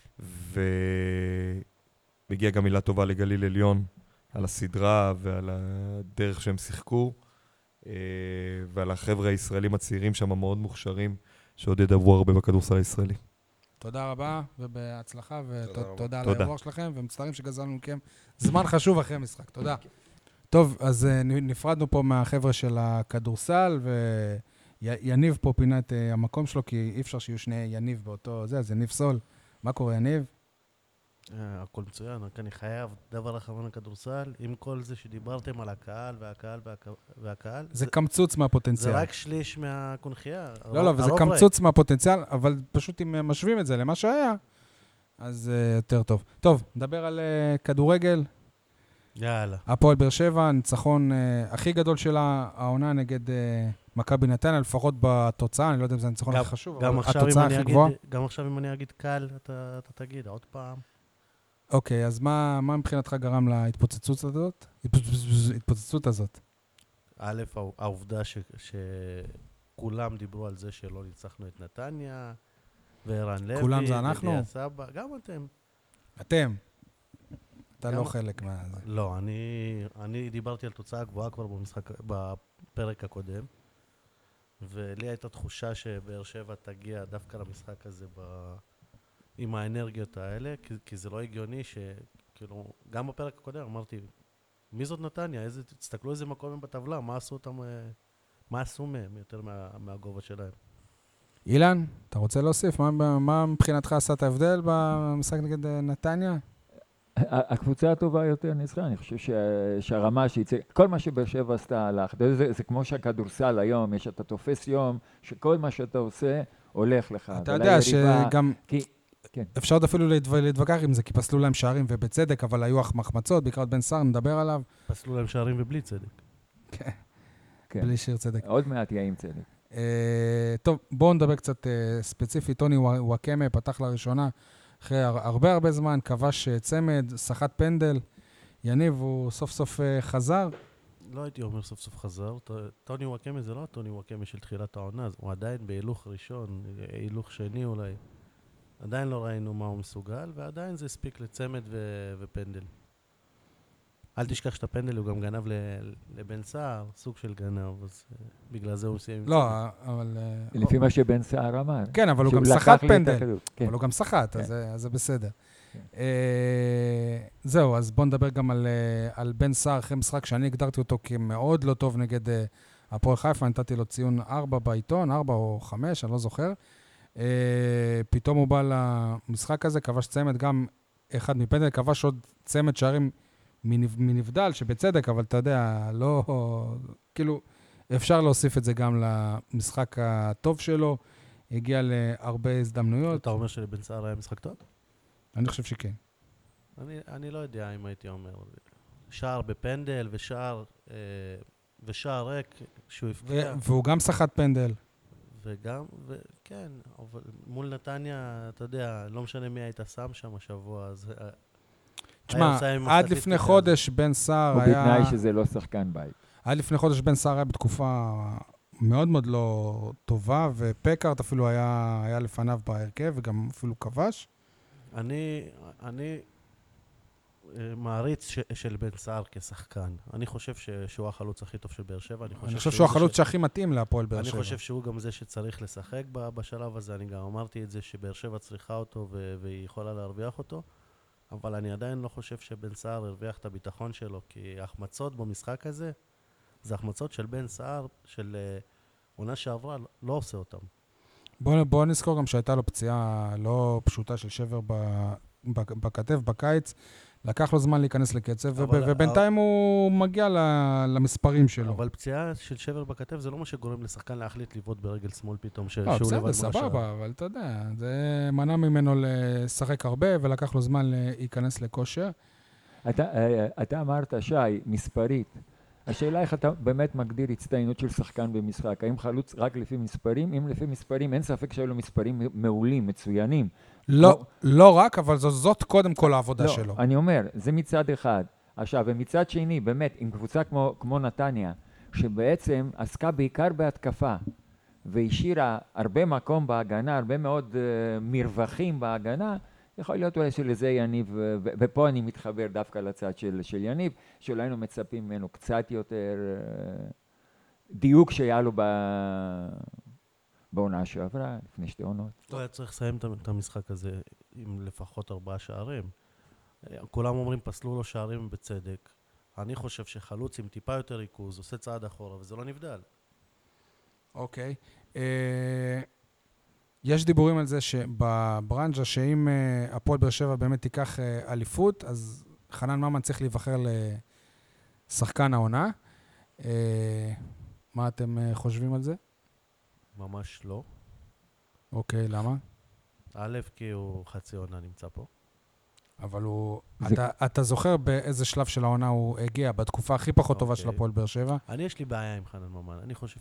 ומגיע גם מילה טובה לגליל עליון על הסדרה ועל הדרך שהם שיחקו, אה, ועל החבר'ה הישראלים הצעירים שם המאוד מוכשרים, שעוד ידברו הרבה בכדורסל הישראלי.
תודה רבה ובהצלחה,
תודה רבה.
ותודה על
תודה.
האירוח שלכם, ומצטערים שגזלנו מכם זמן חשוב אחרי המשחק. תודה. טוב, אז אה, נ- נפרדנו פה מהחבר'ה של הכדורסל, ויניב פה פינה את אה, המקום שלו, כי אי אפשר שיהיו שני יניב באותו זה, אז יניב סול. מה קורה, יניב?
אה, הכל מצוין, רק אני חייב דבר אחרון לכדורסל, עם כל זה שדיברתם על הקהל והקהל והקהל, והקהל
זה קמצוץ
זה
מהפוטנציאל.
רק שליש מהקונחייה.
לא, לא, וזה קמצוץ מהפוטנציאל, אבל פשוט אם אה, משווים את זה למה שהיה, אז אה, יותר טוב. טוב, נדבר על אה, כדורגל.
יאללה.
הפועל באר שבע, הניצחון אה, הכי גדול שלה, העונה נגד אה, מכבי נתניה, לפחות בתוצאה, אני לא יודע אם זה הניצחון
גם-
הכי חשוב,
גם
אבל
עכשיו, אם
התוצאה
אני
הכי
אגיד,
גבוהה.
גם עכשיו אם אני אגיד קל, אתה, אתה תגיד עוד פעם.
אוקיי, אז מה, מה מבחינתך גרם להתפוצצות הזאת? התפוצצות- התפוצצות הזאת.
א', העו- העובדה ש, שכולם דיברו על זה שלא ניצחנו את נתניה, וערן לוי,
כולם זה אנחנו?
ודיה סבא, גם אתם.
אתם. אתה
גם-
לא חלק מה... זה.
לא, אני, אני דיברתי על תוצאה גבוהה כבר במשחק, בפרק הקודם, ולי הייתה תחושה שבאר שבע תגיע דווקא למשחק הזה ב... עם האנרגיות האלה, כי, כי זה לא הגיוני שכאילו, גם בפרק הקודם אמרתי, מי זאת נתניה? איזה, תסתכלו איזה מקום הם בטבלה, מה עשו אותם, אה, מה עשו מהם יותר מה, מהגובה שלהם.
אילן, אתה רוצה להוסיף? מה, מה מבחינתך עשה את ההבדל במשחק נגד אה, נתניה?
ה- הקבוצה הטובה יותר ניצחה, אני חושב ש- שהרמה שהציג, כל מה שבאר שבע עשתה הלך, זה, זה, זה כמו שהכדורסל היום, יש, אתה תופס יום, שכל מה שאתה עושה הולך לך.
אתה יודע
וליריבה-
שגם
כי, כן,
אפשר עוד אפילו להתו- להתווכח עם זה, כי פסלו להם שערים ובצדק, אבל היו החמצות, בעיקר את בן סער, נדבר עליו,
פסלו להם שערים ובלי צדק.
כן.
בלי שיר צדק.
עוד מעט יהיה עם צדק.
אה, טוב, בואו נדבר קצת אה, ספציפי. טוני ווא- וואקמה פתח לראשונה אחרי הר- הרבה הרבה זמן, כבש אה, צמד, סחט פנדל. יניב, הוא סוף סוף אה, חזר.
לא הייתי אומר סוף סוף חזר. ט- טוני וואקמה זה לא הטוני וואקמה של תחילת העונה, הוא עדיין בהילוך ראשון, הילוך שני אולי. עדיין לא ראינו מה הוא מסוגל, ועדיין זה הספיק לצמד ו- ופנדל. אל תשכח שאת הפנדל הוא גם גנב ל- לבן סער, סוג של גנב, אז uh, בגלל זה הוא סיים עם
לא,
צמד.
אבל... אה,
לפי מה שבן סער אמר.
כן, אבל הוא
שהוא
גם
לקח
סחט
לי את
פנדל.
הכדור. כן.
אבל הוא גם סחט,
כן.
אז זה- אז זה בסדר.
כן.
אה, זהו, אז בואו נדבר גם על, אה, על בן סער אחרי משחק שאני הגדרתי אותו כמאוד לא טוב נגד אה, הפועל חיפה, נתתי לו ציון ארבע בעיתון, ארבע או חמש, אני לא זוכר. אה, פתאום הוא בא למשחק הזה, כבש צמד, גם אחד מפנדל, כבש עוד צמד שערים מנב- מנבדל, שבצדק, אבל אתה יודע, לא... כאילו, אפשר להוסיף את זה גם למשחק הטוב שלו, הגיע להרבה הזדמנויות.
אתה אומר שלבן סער היה משחק טוב?
אני חושב שכן.
אני, אני לא יודע אם הייתי אומר. שער בפנדל ושער, אה, ושער ריק שהוא
ו-
הפקיע.
והוא גם סחט פנדל.
וגם, וכן, אבל מול נתניה, אתה יודע, לא משנה מי היית שם שם השבוע, אז... אה,
תשמע,
היה עושה עם
עד
הסטטיסטיקה
לפני
הזאת.
חודש בן סער
הוא
היה...
בתנאי שזה לא שחקן בית.
עד לפני חודש בן סער היה בתקופה מאוד מאוד לא טובה, ופקארט אפילו היה, היה לפניו בהרכב, וגם אפילו כבש.
אני, אני אה, מעריץ ש, של בן סער כשחקן. אני חושב ש, שהוא החלוץ הכי טוב של באר שבע. אני
אני חושב שהוא
זה
החלוץ
ש-
שהכי מתאים להפועל באר
אני
שבע.
חושב שהוא גם זה שצריך לשחק ב- בשלב הזה. אני גם אמרתי את זה שבאר שבע צריכה אותו ו- והיא יכולה להרוויח אותו. אבל אני עדיין לא חושב שבן סער הרוויח את הביטחון שלו, כי ההחמצות במשחק הזה, זה החמצות של בן סער, של אה, עונה שעברה, לא עושה אותם.
בוא, בוא נזכור גם שהייתה לו פציעה לא פשוטה של שבר ב, ב, בכתף, בקיץ. לקח לו זמן להיכנס לקצב,
אבל-
וב, ובינתיים הוא מגיע ל, למספרים שלו.
אבל פציעה של שבר בכתף זה לא מה שגורם לשחקן להחליט לבעוט ברגל שמאל פתאום, ש-
לא,
שהוא לבד
בסדר,
מהשער.
סבבה, אבל אתה יודע, זה מנע ממנו לשחק הרבה, ולקח לו זמן להיכנס לכושר.
אתה, אה, אתה אמרת, שי, מספרית. השאלה איך אתה באמת מגדיר הצטיינות של שחקן במשחק. האם חלוץ רק לפי מספרים? אם לפי מספרים, אין ספק שהיו לו מספרים מעולים, מצוינים.
לא, לא רק, אבל זו, זאת קודם כל העבודה
לא,
שלו.
אני אומר, זה מצד אחד. עכשיו, ומצד שני, באמת, עם קבוצה כמו, כמו נתניה, שבעצם עסקה בעיקר בהתקפה, והשאירה הרבה מקום בהגנה, הרבה מאוד uh, מרווחים בהגנה, יכול להיות אולי שלזה יניב, ו- ו- ופה אני מתחבר דווקא לצד של, של יניב, שאולי היינו מצפים ממנו קצת יותר uh, דיוק שהיה לו ב- בעונה שעברה, לפני שתי עונות.
לא היה צריך לסיים את ה- את המשחק הזה עם לפחות ארבעה שערים. אה, כולם אומרים פסלו לו שערים בצדק. אני חושב שחלוץ עם טיפה יותר ריכוז עושה צעד אחורה וזה לא נבדל.
אוקיי. אה, יש דיבורים על זה שבברנז'ה, שאם אה, הפועל באר שבע באמת תיקח אה, אליפות, אז חנן ממן צריך להיבחר לשחקן העונה. אה, מה אתם אה, חושבים על זה?
ממש לא.
אוקיי, למה?
א', כי הוא חצי עונה נמצא פה.
אבל הוא...
זה-
אתה, אתה זוכר באיזה שלב של העונה הוא הגיע, בתקופה הכי פחות טובה של
אוקיי.
הפועל באר שבע?
אני יש לי בעיה עם חנן ממן. אני חושב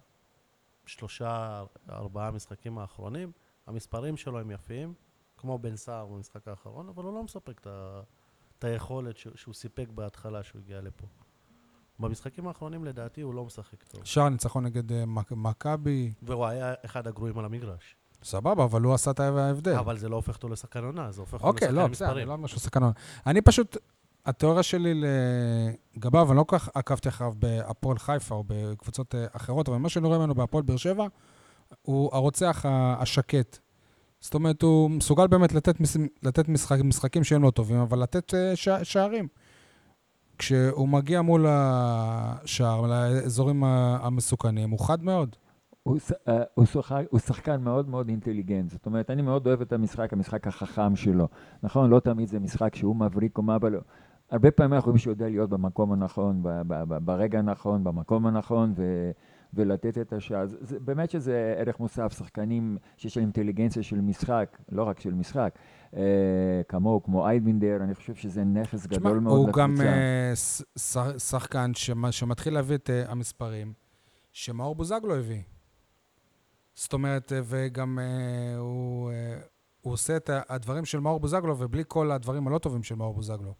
שבשלושה, ארבעה משחקים האחרונים, המספרים שלו הם יפים, כמו בן סער במשחק האחרון, אבל הוא לא מספק את ה- את היכולת שהוא, שהוא סיפק בהתחלה שהוא הגיע לפה. במשחקים האחרונים לדעתי הוא לא משחק טוב.
שער ניצחון נגד אה, מכ- מכבי,
והוא היה אחד הגרועים על המגרש.
סבבה, אבל הוא עשה את ההבדל.
אבל זה לא הופך אותו לשחקן עונה, זה הופך אותו
אוקיי,
לשחקן
לא, בסדר, אני
מספרים.
לא אומר שהוא שחקן עונה. אני פשוט, התיאוריה שלי לגביו, אני לא כל כך עקבתי אחריו בהפועל חיפה או בקבוצות אה, אחרות, אבל מה שאני רואה ממנו בהפועל באר שבע, הוא הרוצח ה- השקט. זאת אומרת, הוא מסוגל באמת לתת, מש- לתת משחק, משחקים שהם לא טובים, אבל לתת אה, שע- שערים. כשהוא מגיע מול השער, לאזורים ה- המסוכנים, הוא חד מאוד.
הוא, ש- אה, הוא, שחק, הוא שחקן מאוד מאוד אינטליגנט, זאת אומרת, אני מאוד אוהב את המשחק, המשחק החכם שלו. נכון, לא תמיד זה משחק שהוא מבריק או מה, אבל הרבה פעמים אנחנו רואים שהוא יודע להיות במקום הנכון, ב, ב, ב, ברגע הנכון, במקום הנכון, ו, ולתת את השעה. זה, זה, באמת שזה ערך מוסף, שחקנים שיש להם אינטליגנציה של משחק, לא רק של משחק, אה, כמוהו, כמו אייבינדר, אני חושב שזה נכס
תשמע,
גדול מאוד
הוא
לקבוצה.
גם אה, ש- ש- שחקן שמ- שמתחיל להביא את אה, המספרים שמאור בוזגלו הביא. זאת אומרת, אה, וגם אה, הוא, אה, הוא עושה את ה- הדברים של מאור בוזגלו, ובלי כל הדברים הלא טובים של מאור בוזגלו.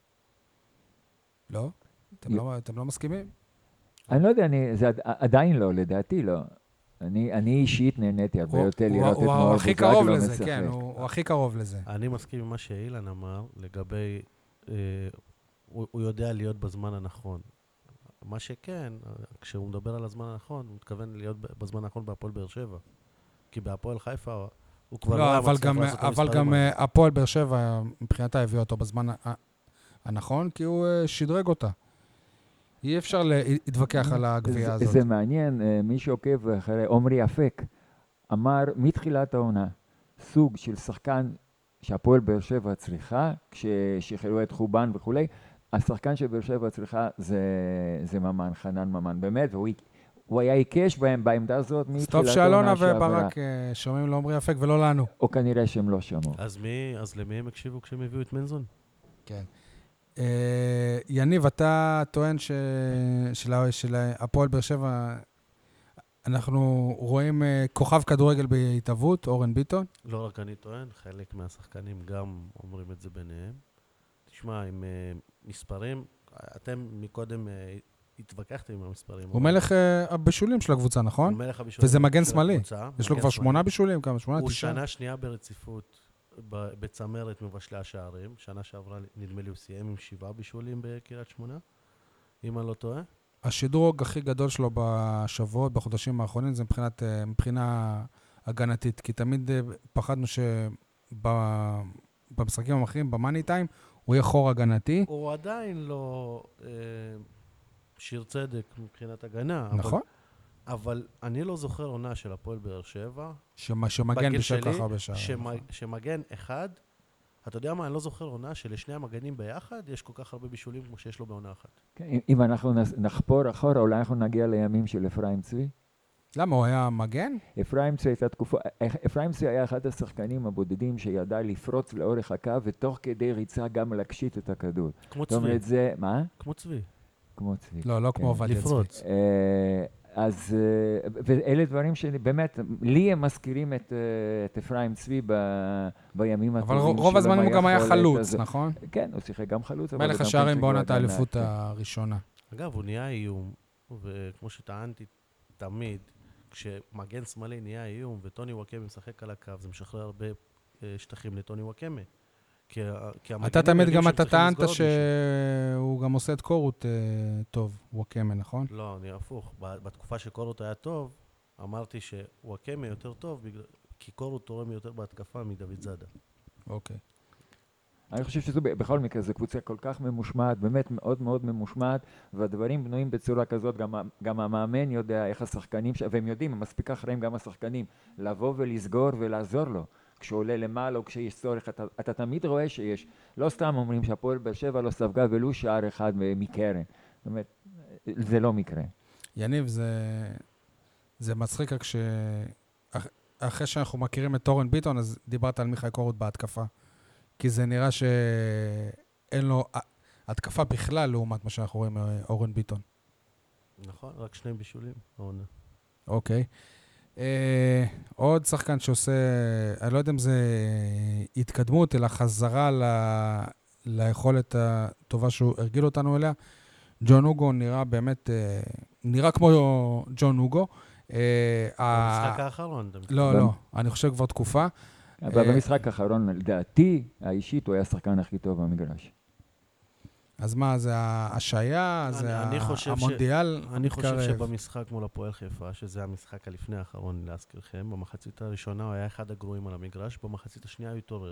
לא? אתם,
י-
לא, אתם לא מסכימים?
אני לא יודע, אני, זה עד- עדיין לא, לדעתי לא. אני, אני אישית נהניתי הרבה
הוא-
יותר
הוא-
לראות את
הוא
מאור
הכי
בוזגלו
קרוב לזה,
משחק.
כן, הוא הוא הכי קרוב לזה.
אני מסכים עם מה שאילן אמר לגבי, אה, הוא, הוא יודע להיות בזמן הנכון. מה שכן, כשהוא מדבר על הזמן הנכון, הוא מתכוון להיות בזמן הנכון בהפועל באר שבע. כי בהפועל חיפה הוא כבר לא
לא,
היה
אבל
מצליח
גם,
לעשות את
אבל
המספרים
גם
האלה.
אה, הפועל באר שבע מבחינתה הביא אותו בזמן ה- הנכון, כי הוא אה, שדרג אותה. אי אפשר להתווכח על הגבייה
זה,
הזאת.
זה מעניין, אה, מי שעוקב אחרי עומרי אפק, אמר מתחילת העונה, סוג של שחקן שהפועל באר שבע צריכה, כששחררו את חובן וכולי, השחקן שבאר שבע צריכה זה, זה ממן, חנן ממן, באמת, והוא הוא היה עיקש בהם בעמדה הזאת
אז
מתחילת
טוב
העונה
שאלונה
שעברה.
וברק אה, שומעים לעומרי אפק ולא לנו.
או כנראה שהם לא שמעו.
אז מי, אז למי הם הקשיבו כשהם הביאו את מנזון?
כן. אה, יניב, אתה טוען ש- של ה- של הפועל באר שבע, אנחנו רואים אה, כוכב כדורגל בהתהוות, אורן ביטון.
לא רק אני טוען, חלק מהשחקנים גם אומרים את זה ביניהם. תשמע, עם uh, מספרים, אתם מקודם uh, התווכחתם עם המספרים.
הוא מלך אה, הבישולים של הקבוצה, נכון?
הוא מלך הבישולים
וזה מגן
של
שמאלי.
הקבוצה,
יש לו
מגן
כבר
שמאלי.
שמונה בישולים, כמה? שמונה,
הוא
תשעה?
שנה שנייה ברציפות ב- בצמרת מבשלי השערים. שנה שעברה, נדמה לי, הוא סיים עם שבעה בישולים בקריית שמונה, אם אני לא טועה.
השדרוג הכי גדול שלו בשבועות, בחודשים האחרונים, זה מבחינת, אה, מבחינה הגנתית. כי תמיד אה, פחדנו שבמשחקים המכריעים, במאני טיים, הוא יהיה חור הגנתי.
הוא עדיין לא אה, שיר צדק מבחינת הגנה.
נכון.
אבל, אבל אני לא זוכר עונה של הפועל באר שבע,
שמ- שמגן
בגיל
בשל
שלי,
ככה בשער.
שמ-
נכון.
שמגן אחד, אתה יודע מה, אני לא זוכר עונה שלשני המגנים ביחד יש כל כך הרבה בישולים כמו שיש לו בעונה אחת.
כן, אם- אם אנחנו נס- נחפור אחורה, אולי אנחנו נגיע לימים של אפרים צבי.
למה, הוא היה מגן?
אפרים צבי הייתה תקופה, אפרים צבי היה אחד השחקנים הבודדים שידע לפרוץ לאורך הקו, ותוך כדי ריצה גם להקשיט את הכדור.
כמו
זאת
צבי,
אומרת, זה, מה?
כמו צבי.
כמו צבי.
לא, לא
כן.
כמו עובדיה צבי.
לפרוץ.
אה, אז, אה, ואלה דברים שבאמת, לי הם מזכירים את, אה, את אפרים צבי ב- בימים
אבל
הטובים
רוב הזמן הוא גם היה
היכולת
חלוץ,
הזה.
נכון?
כן, הוא שיחק גם חלוץ, אבל הוא
מלך
גם כן
השערים
שיחק
בעונת
בהגנה,
האליפות
כן.
הראשונה.
אגב, הוא נהיה איום, וכמו שטענתי תמיד, כשמגן שמאלי נהיה איום וטוני וואקמה משחק על הקו, זה משחרר הרבה אה, שטחים לטוני וואקמה. כי ה- כי המגנים
אתה תמיד
יודעים
גם
שהם
אתה
צריכים
טענת
לסגור מישהו.
שהוא גם עושה את קורות אה, טוב, וואקמה, נכון?
לא, אני הפוך. ב- בתקופה שקורות היה טוב, אמרתי שוואקמה יותר טוב, בגלל- כי קורות תורם יותר בהתקפה מדוד זאדה.
אוקיי.
אני חושב שזו ב- בכל מקרה, זו קבוצה כל כך ממושמעת, באמת מאוד מאוד ממושמעת, והדברים בנויים בצורה כזאת, גם, ה- גם המאמן יודע איך השחקנים, ש- והם יודעים, הם מספיק אחראים גם השחקנים, לבוא ולסגור ולעזור לו. כשהוא עולה למעלה או כשיש צורך, אתה, אתה תמיד רואה שיש, לא סתם אומרים שהפועל באר שבע לא ספגה ולו שער אחד מ- מקרן. זאת אומרת, זה לא מקרה.
יניב, זה, זה מצחיק רק ש... אח- אחרי שאנחנו מכירים את אורן ביטון, אז דיברת על מיכאל קורות בהתקפה. כי זה נראה שאין לו ה- התקפה בכלל לעומת מה שאנחנו רואים אורן ביטון.
נכון? רק שני בישולים. העונה.
אוקיי. אה, עוד שחקן שעושה, אני לא יודע אם זה התקדמות, אלא חזרה ל, ליכולת הטובה שהוא הרגיל אותנו אליה. ג'ון אוגו נראה באמת, אה, נראה כמו ג'ון אוגו. אה, ה-
במשחק האחרון. אתה מתכוון.
לא, לא, אני חושב כבר תקופה.
אבל
אה,
במשחק האחרון, לדעתי, האישית, הוא היה השחקן הכי טוב במגרש.
אז מה, זה ההשעיה?
אני-
זה
אני
ה-
חושב ש-
המונדיאל?
אני חושב
מתקרב.
שבמשחק מול הפועל חיפה, שזה המשחק הלפני האחרון להזכירכם, במחצית הראשונה הוא היה אחד הגרועים על המגרש, במחצית השנייה הוא התעורר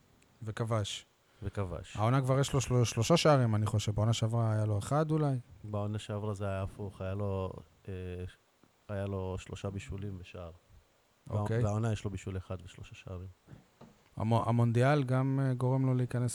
וכבש.
וכבש.
העונה כבר יש לו של- שלושה שערים, אני חושב. בעונה שעברה היה לו אחד אולי.
בעונה שעברה זה היה הפוך, היה לו, אה, היה לו שלושה בישולים ושער.
אוקיי.
והעונה יש לו בישול אחד ושלושה שערים.
המו- המונדיאל גם אה, גורם לו להיכנס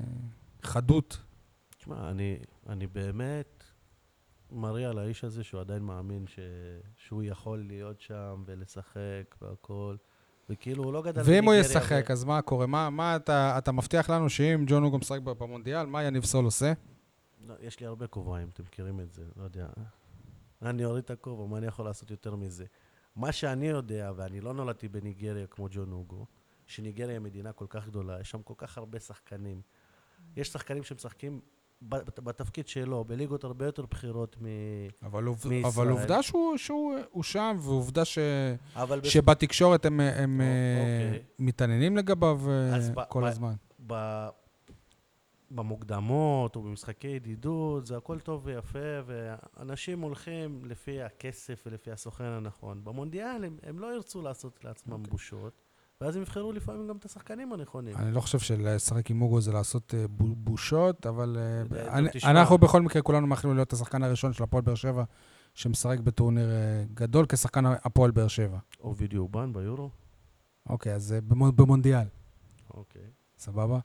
לחדות.
תשמע, אני, אני באמת מראה על האיש הזה שהוא עדיין מאמין ש... שהוא יכול להיות שם ולשחק והכל. וכאילו הוא לא גדל
ואם הוא
בניגריה
ישחק,
ו-
אז מה קורה? מה, מה אתה, אתה מבטיח לנו שאם ג'ון אוגו משחק במונדיאל, מה יניב סול עושה?
לא, יש לי הרבה כובעים, אתם מכירים את זה, לא יודע. אני אוריד את הכובע, מה אני יכול לעשות יותר מזה? מה שאני יודע, ואני לא נולדתי בניגריה כמו ג'ון אוגו, שניגריה היא מדינה כל כך גדולה, יש שם כל כך הרבה שחקנים. יש שחקנים שמשחקים בת- בתפקיד שלו, בליגות הרבה יותר בכירות מ...
אבל, עובד,
מישראל.
אבל עובדה שהוא, שהוא הוא שם, ועובדה ש,
אבל בס-
שבתקשורת הם, הם
או-
אה,
אוקיי.
מתעניינים לגביו אה,
אז ב-
כל
ב-
הזמן.
ב... במוקדמות או במשחקי ידידות, זה הכל טוב ויפה, ואנשים הולכים לפי הכסף ולפי הסוכן הנכון. במונדיאל הם, הם לא ירצו לעשות לעצמם
אוקיי.
בושות, ואז הם יבחרו לפעמים גם את השחקנים הנכונים.
אני לא חושב שלשחק עם מוגו זה לעשות אה, בו- בושות, אבל אה,
טוב,
אני,
תשמע.
אנחנו בכל מקרה כולנו מאחלים להיות השחקן הראשון של הפועל באר שבע, שמשחק בטורניר אה, גדול כשחקן הפועל באר שבע.
או וידאו אובן ביורו?
אוקיי, אז אה, במו- במונדיאל,
אוקיי.
סבבה?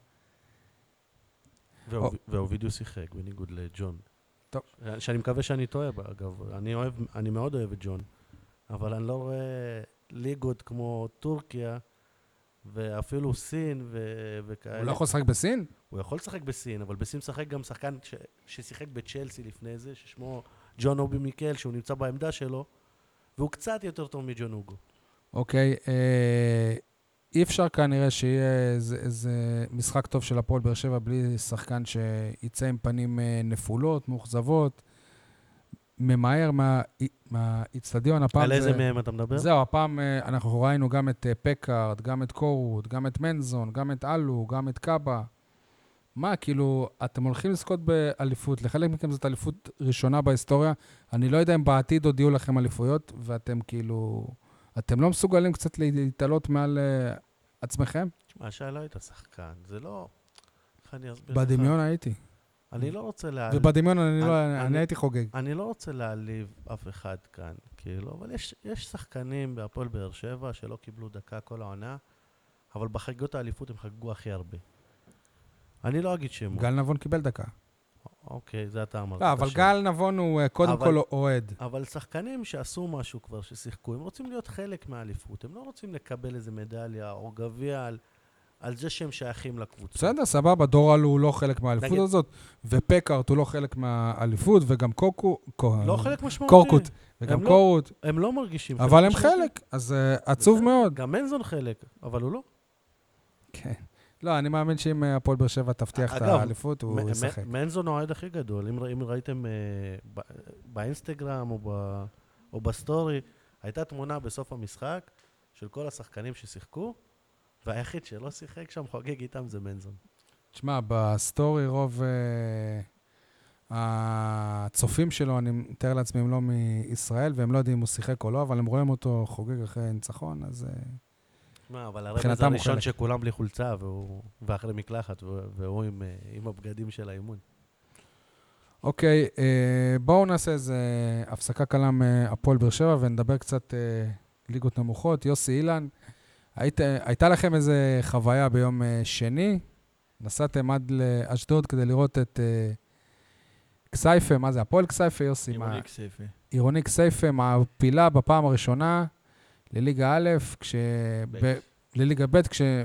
או.
ואובידיו שיחק, בניגוד לג'ון.
טוב.
שאני מקווה שאני טועה, אגב. אני אוהב, אני מאוד אוהב את ג'ון, אבל אני לא רואה ליגות כמו טורקיה, ואפילו סין ו- וכאלה.
הוא לא יכול לשחק בסין?
הוא יכול לשחק בסין, אבל בסין משחק גם שחקן ש- ששיחק בצ'לסי לפני זה, ששמו ג'ון אובי מיקל, שהוא נמצא בעמדה שלו, והוא קצת יותר טוב מג'ון אוגו.
אוקיי, אה, אי אפשר כנראה שיהיה איזה, איזה משחק טוב של הפועל באר שבע בלי שחקן שיצא עם פנים אה, נפולות, מאוכזבות, ממהר מה- מהאיצטדיון. הפעם
על
זה...
איזה מהם אתה מדבר?
זהו, הפעם אה, אנחנו ראינו גם את אה, פקארד, גם את קורות, גם את מנזון, גם את אלו, גם את קאבה. מה, כאילו, אתם הולכים לזכות באליפות, לחלק מכם זאת אליפות ראשונה בהיסטוריה. אני לא יודע אם בעתיד עוד יהיו לכם אליפויות, ואתם כאילו... אתם לא מסוגלים קצת להתעלות מעל uh, עצמכם?
תשמע, השאלה הייתה שחקן, זה לא... איך אני אסביר לך?
בדמיון הייתי.
אני לא רוצה להעליב...
ובדמיון אני,
אני-
לא,
אני-
אני הייתי חוגג.
אני לא רוצה להעליב אף אחד כאן, כאילו, אבל יש, יש שחקנים בהפועל באר שבע שלא קיבלו דקה כל העונה, אבל בחגיגות האליפות הם חגגו הכי הרבה. אני לא אגיד שמות.
גל נבון קיבל דקה.
אוקיי, זה אתה אמרת.
לא,
את
אבל
השם.
גל נבון הוא uh, קודם
אבל-
כל אוהד.
אבל שחקנים שעשו משהו כבר, ששיחקו, הם רוצים להיות חלק מהאליפות, הם לא רוצים לקבל איזה מדליה או גביע על, על זה שהם שייכים לקבוצה.
בסדר, סבבה, דור אלו הוא לא חלק מהאליפות
נגיד-
הזאת, ופקארט הוא לא חלק מהאליפות, וגם קוקו... קו-
לא חלק משמעותי.
קורקוט, וגם
הם לא-
קורות,
הם לא מרגישים
אבל הם
משמעותי.
חלק, אז uh, עצוב
בסדר,
מאוד.
גם מנזון חלק, אבל הוא לא.
כן. לא, אני מאמין שאם אה, הפועל באר שבע תבטיח את
אגב,
האליפות, הוא
מ- מ-
ישחק.
מנזון הוא האוהד הכי גדול. אם, ר- אם ראיתם אה, ב- באינסטגרם או, ב, או בסטורי, הייתה תמונה בסוף המשחק של כל השחקנים ששיחקו, והיחיד שלא שיחק שם חוגג איתם זה מנזון.
תשמע, בסטורי רוב אה, הצופים שלו, אני מתאר לעצמי, הם לא מישראל, והם לא יודעים אם הוא שיחק או לא, אבל הם רואים אותו חוגג אחרי ניצחון, אז... אה,
מה, אבל הרבע
מבחינתם
זה
הוא
הראשון
חלק.
שכולם בלי חולצה, והוא, ואחרי מקלחת, והוא, והוא עם, אה, עם הבגדים של האימון.
אוקיי, אה, בואו נעשה איזה הפסקה קלה מהפועל באר שבע, ונדבר קצת אה, ליגות נמוכות. יוסי אילן, היית, הייתה לכם איזה חוויה ביום אה, שני? נסעתם עד לאשדוד כדי לראות את אה, כסייפה, מה זה, הפועל כסייפה, יוסי? מה-
עירוני כסייפה.
עירוני כסייפה, מעפילה בפעם הראשונה לליגה א', כש... ב... לליגה ב',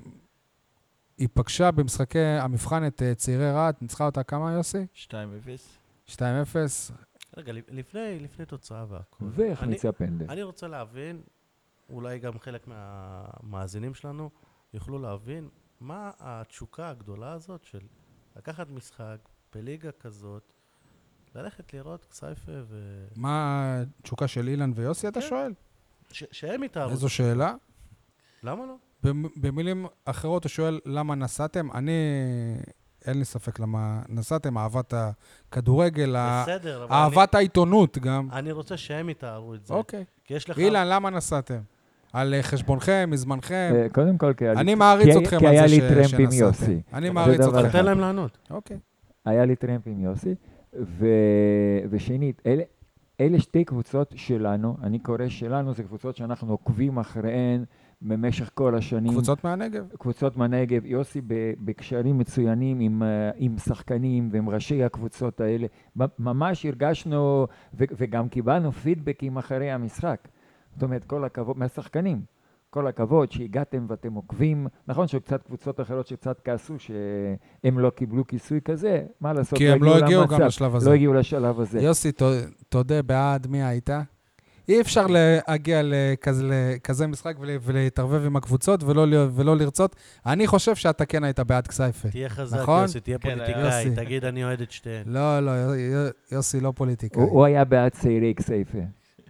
כשהיא פגשה במשחקי המבחן את אה, צעירי רהט, ניצחה אותה כמה, יוסי?
שתיים אפס.
שתיים אפס.
רגע, לפני, לפני תוצאה והכל.
והכניסה פנדל.
אני רוצה להבין, אולי גם חלק מהמאזינים שלנו יוכלו להבין, מה התשוקה הגדולה הזאת של לקחת משחק בליגה כזאת, ללכת לראות כסייפה ו...
מה התשוקה של אילן ויוסי, אתה
כן.
שואל?
ש- שהם יתארו.
איזו שאלה?
למה לא?
במ- במילים אחרות הוא שואל למה נסעתם. אני, אין לי ספק למה נסעתם, אהבת הכדורגל, ה-
בסדר, אבל
אהבת העיתונות גם.
אני, אני רוצה שהם יתארו את זה.
אוקיי.
כי יש לך...
אילן, למה נסעתם? על אה, חשבונכם, מזמנכם?
אה, קודם כל, כי היה לי-
אני מעריץ
כי-
אתכם
כי
על
היה
זה
לי
ש-
טרמפ עם
שנסעתם.
יוסי.
אני
זה
מעריץ
דבר
אתכם.
תן להם לענות.
אוקיי.
היה לי טרמפ עם יוסי, ו... ושנית, אלה, אלה שתי קבוצות שלנו, אני קורא שלנו, זה קבוצות שאנחנו עוקבים אחריהן במשך כל השנים.
קבוצות מהנגב.
קבוצות מהנגב, יוסי ב- בקשרים מצוינים עם, אה, עם שחקנים ועם ראשי הקבוצות האלה. ב- ממש הרגשנו ו- וגם קיבלנו פידבקים אחרי המשחק. זאת אומרת, כל הכבוד, מהשחקנים. כל הכבוד שהגעתם ואתם עוקבים. נכון שקצת קבוצות אחרות שקצת כעסו שהם לא קיבלו כיסוי כזה, מה לעשות?
כי הם לא הגיעו גם
למצב,
לשלב הזה.
לא הגיעו לשלב הזה.
יוסי, ת- תודה, בעד מי היית? אי אפשר להגיע לכזה, לכזה משחק ול- ולהתערבב עם הקבוצות ולא, ל- ולא לרצות. אני חושב שאתה כן היית בעד כסייפה.
תהיה חזק,
נכון?
יוסי, תהיה
כן,
פוליטיקאי,
יוסי.
תגיד אני אוהד את שתיהן.
לא, לא, יו- יוסי לא פוליטיקאי.
הוא הוא היה בעד צעירי כסייפה.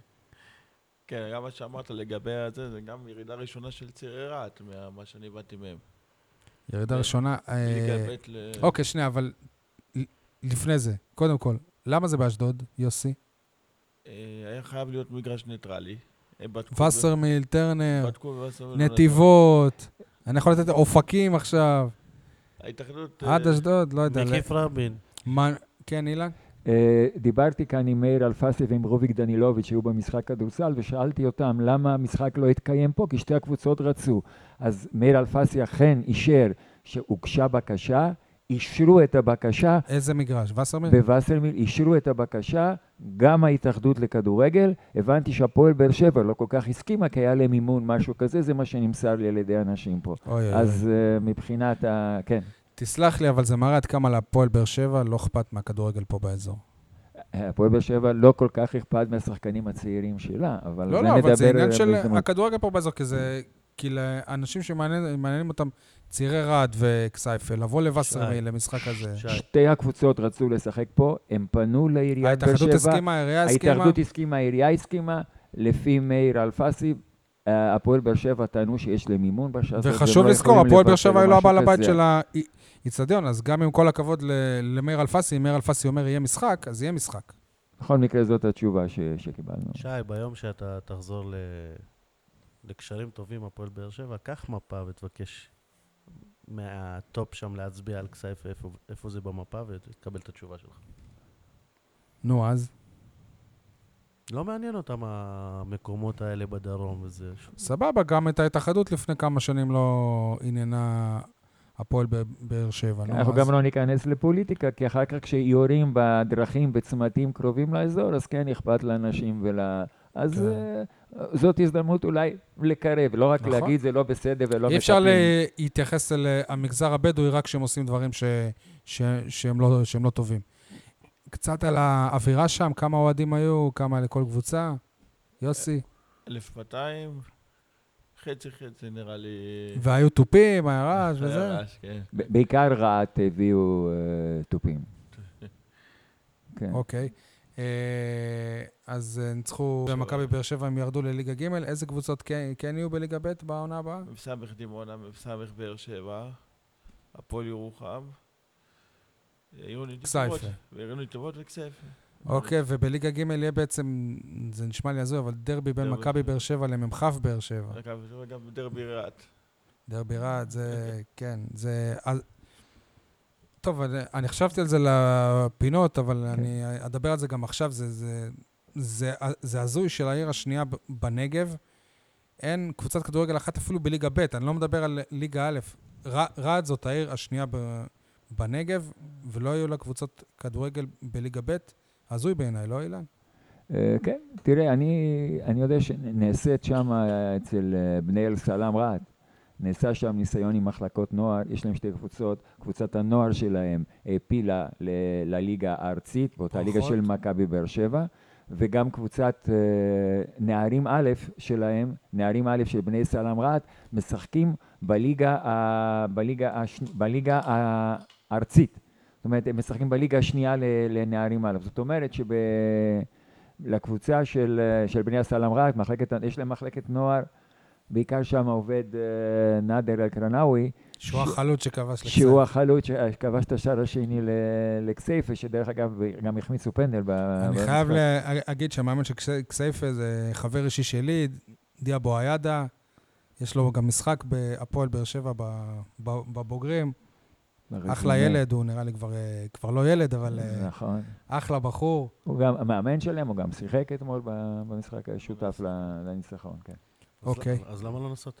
כן, גם מה שאמרת לגבי זה, זה גם ירידה ראשונה של צעירי רהט, מה שאני הבנתי מהם.
ירידה
כן.
ראשונה. אה,
ליגה ב' ל...
אוקיי, שנייה, אבל ל- לפני זה, קודם כל, למה זה באשדוד, יוסי?
אה, היה חייב להיות מגרש ניטרלי. הם בדקו...
וסרמיל, טרנר,
בדקו וסרמיל... לא נתנו.
נתיבות, אני יכול לתת אופקים עכשיו,
ההתאחדות...
עד
אה,
אשדוד, לא יודע.
מקיף רבין.
מה- כן, אילן?
אה, דיברתי כאן עם מאיר אלפסי ועם רוביק דנילוביץ' שהיו במשחק כדורסל ושאלתי אותם למה המשחק לא התקיים פה, כי שתי הקבוצות רצו. אז מאיר אלפסי אכן אישר שהוגשה בקשה, אישרו את הבקשה,
איזה מגרש? וסרמיל?
בווסרמיל אישרו את הבקשה, גם ההתאחדות לכדורגל. הבנתי שהפועל באר שבע לא כל כך הסכימה, כי היה להם מימון, משהו כזה, זה מה שנמסר לי על ידי אנשים פה.
אוי, אוי,
אז אה, מבחינת ה... כן.
תסלח לי, אבל זה מראה עד כמה להפועל באר שבע לא אכפת מהכדורגל פה באזור.
הפועל באר שבע לא כל כך אכפת מהשחקנים הצעירים שלה, אבל
לא,
זה
לא, אבל זה
נדבר
עניין של
בהזדמנות.
הכדורגל פה באזור, כי זה... כי לאנשים שמעניינים אותם צעירי רהט וכסייפה, לבוא לווסרמיל למשחק הזה.
שי.
שתי הקבוצות רצו לשחק פה, הם פנו לעיריית באר
ההתאחדות
שבע,
הסכימה, העירייה הסכימה.
ההתאחדות הסכימה, העירייה הסכימה, לפי מאיר אלפסי, אה, הפועל באר שבע טענו שיש להם מימון בשעה הזאת,
וחשוב
והם לא
לזכור,
יכולים
הפועל באר
לוותר
שבע
או
היא לא
משהו
הבעל הבית
כזה.
של האיצטדיון, אז גם עם כל הכבוד ל- למאיר אלפסי, אם מאיר אלפסי אומר יהיה משחק, אז יהיה משחק.
בכל מקרה זאת התשובה ש- שקיבלנו.
שי, ביום שאתה תחזור ל... לקשרים טובים, הפועל באר שבע, קח מפה ותבקש מהטופ שם להצביע על כסייפה, איפה, איפה זה במפה, ותקבל את התשובה שלך.
נו, אז?
לא מעניין אותם המקומות האלה בדרום וזה.
סבבה, גם את ההתאחדות לפני כמה שנים לא עניינה הפועל ב- באר שבע. נו,
אנחנו
אז-
גם לא ניכנס לפוליטיקה, כי אחר כך כשיורים בדרכים, בצמתים קרובים לאזור, אז כן אכפת לאנשים ול... אז
כן.
אה, זאת הזדמנות אולי לקרב, לא רק
נכון.
להגיד זה לא בסדר ולא
אי אפשר
מטפלים.
להתייחס אל המגזר הבדואי רק כשהם עושים דברים ש... ש... שהם, לא... שהם לא טובים. קצת על האווירה שם, כמה אוהדים היו, כמה לכל קבוצה. יוסי.
אלף מאתיים, חצי חצי נראה לי...
והיו תופים, היה רעש וזה.
היה רעש, כן.
ב- בעיקר רהט הביאו אה, תופים. כן.
אוקיי. אה, אז אה, ניצחו במכבי באר שבע, הם ירדו לליגה ג'. איזה קבוצות כן, כן יהיו בליגה ב' בעונה הבאה?
מפסמך דימונה, מפסמך באר שבע, הפועל ירוחם, עירוני
כסייפה.
נתיבות, ועירוני נתיבות וכסייפה.
אוקיי, ובליגה ג' יהיה בעצם, זה נשמע לי הזוי, אבל דרבי בין
דרבי.
מכבי באר שבע לממחף באר שבע.
מכבי באר שבע, גם דרבי רהט.
דרבי רהט, זה, כן, זה... אז- טוב, אני, אני חשבתי על זה לפינות, אבל
כן.
אני אדבר על זה גם עכשיו. זה, זה, זה, זה הזוי של העיר השנייה ב- בנגב. אין קבוצת כדורגל אחת אפילו בליגה ב', אני לא מדבר על ליגה א'. ר- רהט זאת העיר השנייה ב- בנגב, ולא היו לה קבוצות כדורגל בליגה ב'. הזוי בעיניי, לא אילן?
אה, כן, תראה, אני, אני יודע שנעשית שם אה, אצל אה, בני אל סלאם רהט, נעשה שם ניסיון עם מחלקות נוער, יש להם שתי קבוצות, קבוצת הנוער שלהם העפילה ל- לליגה הארצית, באותה ליגה
פחות.
של מכבי באר שבע, וגם קבוצת אה, נערים א' שלהם, נערים א' של בני סלאם רהט, משחקים בליגה, ה- בליגה, הש, בליגה הארצית. זאת אומרת, הם משחקים בליגה השנייה ל- לנערים א'. זאת אומרת שב... לקבוצה של, של בני הסלאם רהט, מחלקת, יש להם מחלקת נוער, בעיקר שם עובד uh, נאדר אל-קרנאווי,
שהוא החלוץ שכבש לקסם.
שהוא החלוץ שכבש את השער השני ל- לכסייפה, שדרך אגב גם החמיצו פנדל. ב-
אני
במשחק.
חייב להגיד שהמאמן של כסייפה זה חבר אישי שלי, דיה בועיידה. יש לו גם משחק בהפועל באר שבע ב- ב- בבוגרים.
ברזומה.
אחלה ילד, הוא נראה לי כבר, אה, כבר לא ילד, אבל אה,
נכון.
אחלה בחור.
הוא גם המאמן שלהם, הוא גם שיחק אתמול ב- במשחק, היה שותף ל- לניצחון, כן.
אז
אוקיי.
לא- אז למה לא נסעת?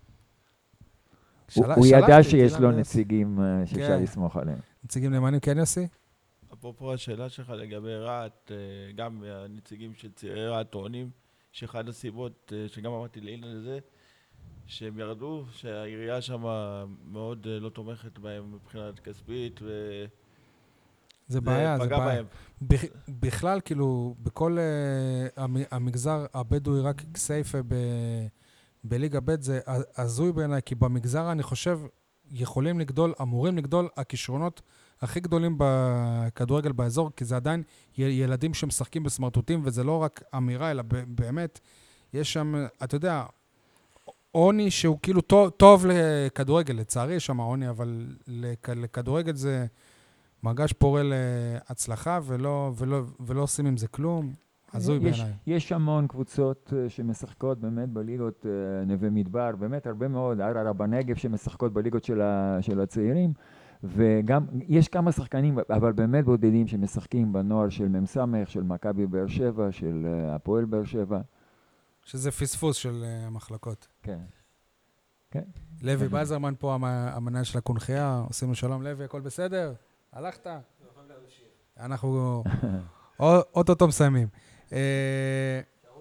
הוא
של-
הוא ידע
שלחתי,
שיש
אילן
לו
ויוסי.
נציגים אה, שאפשר
כן.
לסמוך עליהם.
נציגים נאמנים, כן יוסי?
אפרופו השאלה שלך לגבי רהט, אה, גם הנציגים של צעירי רהט טוענים שאחד הסיבות אה, שגם אמרתי לאילן לזה, שהם ירדו, שהעירייה שם מאוד אה, לא תומכת בהם מבחינת כספית,
זה בעיה, זה
פגע
בעיה.
בהם.
בכ- בכלל, כאילו, בכל אה, המ- המגזר הבדואי, רק כסייפה ב- בליגה ב' זה הזוי בעיניי, כי במגזר אני חושב יכולים לגדול, אמורים לגדול הכישרונות הכי גדולים בכדורגל באזור, כי זה עדיין י- ילדים שמשחקים בסמרטוטים, וזה לא רק אמירה, אלא ב- באמת, יש שם, אתה יודע, עוני שהוא כאילו טוב, טוב לכדורגל, לצערי יש שם עוני, אבל לכ- לכדורגל זה מרגש פורה להצלחה, ולא, ולא, ולא עושים עם זה כלום. הזוי
יש,
בעיניי.
יש המון קבוצות אה, שמשחקות באמת בליגות אה, נווה מדבר, באמת הרבה מאוד, ערערה בנגב שמשחקות בליגות של, ה, של הצעירים, וגם יש כמה שחקנים, אבל באמת בודדים שמשחקים בנוער של מ"ס, של מכבי באר שבע, של אה, הפועל באר שבע.
שזה פספוס של אה, המחלקות.
כן. כן.
לוי בייזרמן פה, המ- המנהל של הקונחייה, עושים לו שלום. לוי, הכל בסדר? הלכת? אנחנו או- אוטוטו מסיימים. אה,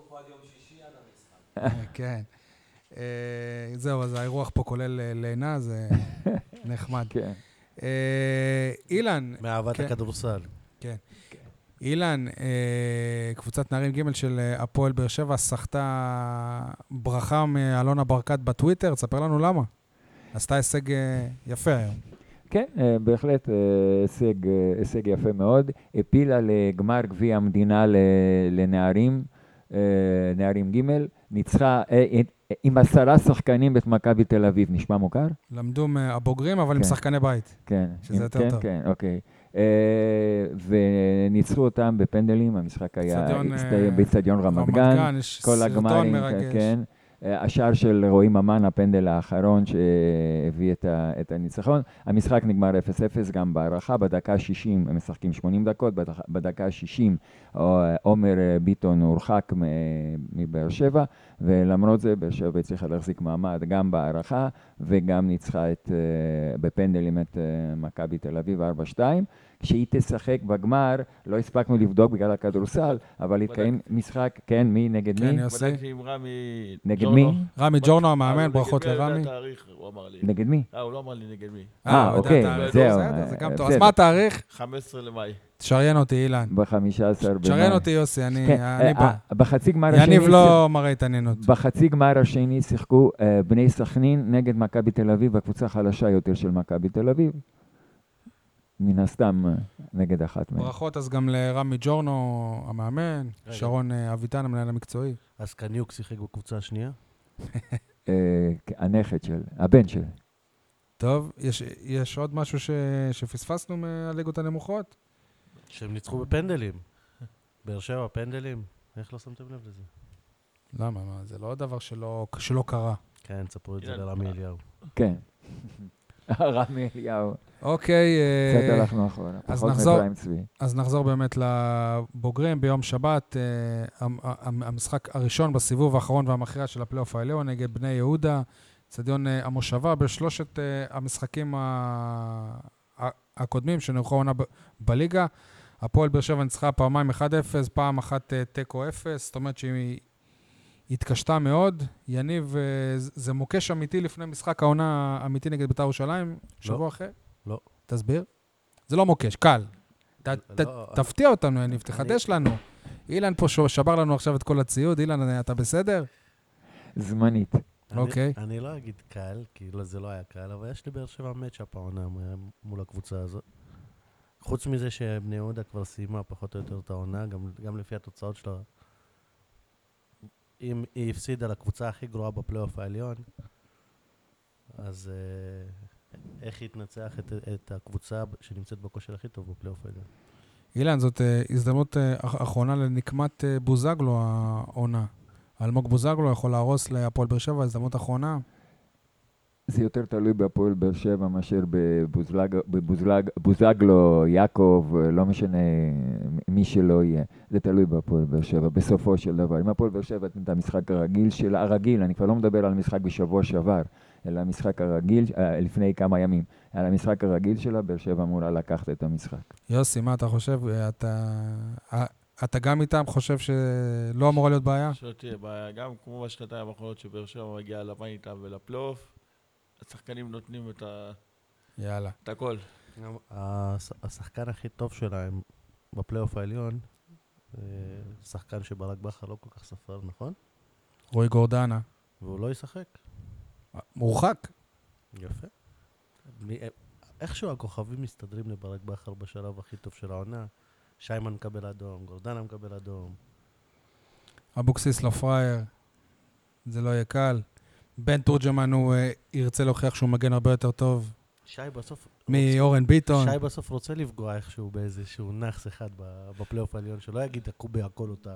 כן. אה, זהו, אז האירוח פה כולל אה, לינה, זה נחמד.
כן.
אה, אילן,
מאהבת
כן.
הכדורסל.
אילן, אה, קבוצת נערים ג' של אה, הפועל באר שבע, סחטה ברכה מאלונה ברקת בטוויטר, תספר לנו למה. עשתה הישג אה, יפה היום.
כן, אה, בהחלט אה, הישג, אה, הישג יפה מאוד. הפילה לגמר גביע המדינה ל- לנערים, אה, נערים ג', ניצחה אה, אה, עם עשרה שחקנים את מכבי תל אביב. נשמע מוכר?
למדו מהבוגרים, אבל עם
כן.
שחקני בית.
כן.
שזה
עם-
יותר
כן,
טוב.
כן, אוקיי. אה, וניצחו אותם בפנדלים, המשחק היה
אצטדיון,
הסתיים
אה,
באצטדיון רמת גן.
יש
כל
סרטון
הגמרים,
מרגש.
כן. אה, השער של רועי ממן, הפנדל האחרון שהביא את, ה, את הניצחון. המשחק נגמר אפס אפס גם בהערכה, בדקה שישים, הם משחקים שמונים דקות, בדק, בדקה שישים עומר ביטון הורחק מ- מבאר שבע, ולמרות זה באר שבע הצליחה להחזיק מעמד גם בהערכה, וגם ניצחה את, אה, בפנדלים את אה, מכבי תל אביב ארבע שתיים. כשהיא תשחק בגמר, לא הספקנו לבדוק בגלל הכדורסל, אבל התקיים משחק, כן, מי נגד
כן,
מי?
יוסי.
בדקתי עם רמי...
נגד
ג'ורנו.
מי?
רמי ג'ורנו
אבל
המאמן,
נגד
ברכות
מי? אני
לרמי.
יודע תאריך, הוא אמר לי.
נגד מי?
אה, הוא לא אמר לי נגד מי.
אה,
הוא יודע
אוקיי,
תאריך.
זהו.
בסדר, זה גם
אה,
טוב. אז
בסדר.
מה התאריך?
חמישה עשר למאי.
תשריין אותי, אילן.
ב-חמישה עשר במאי.
תשריין אותי, יוסי, אני
כן,
אני
אה,
בא.
אה, בחצי גמר השני...
יניב לא מראה התעניינות.
בחצי גמר השני שיחקו אה, בני סכנין נגד מכבי תל אביב, הקבוצה החלשה יותר של מכבי תל אביב. מן הסתם אה, נגד אחת מהם.
ברכות אז גם לרמי ג'ורנו המאמן,
רגע.
שרון אה, אביטן המנהל המקצועי.
אז קניוק שיחק בקבוצה השנייה?
אה, הנכד של, הבן של.
טוב, יש, יש עוד משהו ש, שפספסנו מהליגות הנמוכות?
שהם ניצחו בפנדלים. באר שבע, פנדלים. איך לא שמתם לב לזה?
למה? מה, זה לא דבר שלא, שלא קרה.
כן, תספרו את זה
אילן,
לרמי
אה.
אליהו.
כן. רמי אליהו.
אוקיי,
קצת
אה,
הלכנו אחורה.
אז
פחות
נחזור.
מאפרים צבי.
אז נחזור באמת לבוגרים. ביום שבת, אה, המ- המ- המשחק הראשון בסיבוב האחרון והמכריע של הפלייאוף העליון נגד בני יהודה, אצטדיון אה, המושבה, בשלושת אה, המשחקים ה- ה- הקודמים שנערכו העונה ב- בליגה. הפועל באר שבע ניצחה פעמיים אחד אפס, פעם אחת אה, תיקו אפס, זאת אומרת שהיא התקשתה מאוד. יניב, אה, ז- זה מוקש אמיתי לפני משחק העונה האמיתי נגד בית"ר ירושלים, שבוע אחרי?
לא.
תסביר. זה לא מוקש, קל. ת, ת,
לא,
תפתיע אותנו, יניב,
אני-
תחדש לנו. אילן פה ש- שבר לנו עכשיו את כל הציוד. אילן, אתה בסדר?
זמנית.
אני-
אוקיי.
אני לא אגיד קל, כי לא- זה לא היה קל, אבל יש לי באר שבע מצ'אפ העונה מ- מול הקבוצה הזאת. חוץ מזה שבני יהודה כבר סיימה פחות או יותר את העונה, גם, גם לפי התוצאות שלה. אם היא הפסידה לקבוצה הכי גרועה בפלייאוף העליון, אז אה, איך היא תנצח את, את הקבוצה שנמצאת בכושר הכי טוב בפלייאוף העליון?
אילן, זאת אה, הזדמנות אה, אח- אחרונה לנקמת אה, בוזגלו העונה. אלמוג בוזגלו יכול להרוס להפועל באר שבע, הזדמנות אחרונה.
זה יותר תלוי בהפועל באר שבע מאשר בבוזלג, בבוזלג, בוזגלו, יעקב, לא משנה מי שלא יהיה. זה תלוי בהפועל באר שבע, בסופו של דבר. אם הפועל באר שבע את המשחק הרגיל של הרגיל, אני כבר לא מדבר על משחק בשבוע שעבר, אלא המשחק הרגיל, לפני כמה ימים. על המשחק הרגיל שלה, באר שבע אמורה לקחת את המשחק.
יוסי, מה אתה חושב? אתה, אה, אתה גם איתם חושב שלא אמורה להיות בעיה?
שלא תהיה בעיה, גם כמו בשנתיים האחרונות שבאר שבע מגיעה לבית איתם ולפלייאוף, השחקנים נותנים את, ה...
יאללה.
את הכל.
הש- השחקן הכי טוב שלהם בפלייאוף העליון, אה, שחקן שברק בכר לא כל כך ספר, נכון?
רועי גורדנה.
והוא לא ישחק.
מורחק.
יפה. מי- אה, איכשהו הכוכבים מסתדרים לברק בכר בשלב הכי טוב של העונה. שיימן מקבל אדום, גורדנה מקבל אדום.
אבוקסיס לא פראייר. זה לא יהיה קל. בן תורג'מן הוא אה, ירצה להוכיח שהוא מגן הרבה יותר טוב
שי בסוף...
מאורן ביטון.
שי בסוף רוצה לפגוע איכשהו באיזשהו נחס אחד ב- בפלייאוף העליון, שלא יגיד הקובי הכל אותה.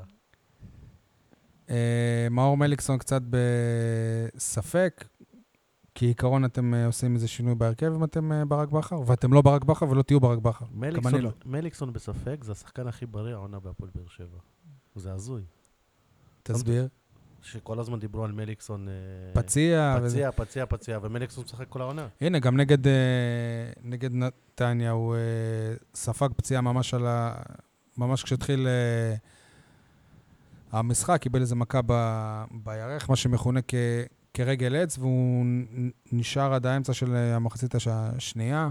אה, מאור מליקסון קצת בספק, כי עיקרון אתם אה, עושים איזה שינוי בהרכב אם אתם אה, ברק בכר, ואתם לא ברק בכר ולא תהיו ברק בכר. גם אני
מליקסון,
לא.
מליקסון בספק, זה השחקן הכי בריא העונה בהפועל באר שבע. זה הזוי.
תסביר.
שכל הזמן דיברו על מליקסון... אה,
פציע. וזה.
פציע, פציע, פציע, ומליקסון משחק כל העונה.
הנה, גם נגד, אה, נגד נתניה הוא אה, ספג פציעה ממש על ה... ממש כשהתחיל אה, המשחק, קיבל איזה מכה ב... בירך, מה שמכונה כ... כרגל עץ, והוא נ- נשאר עד האמצע של אה, המחצית הש- השנייה.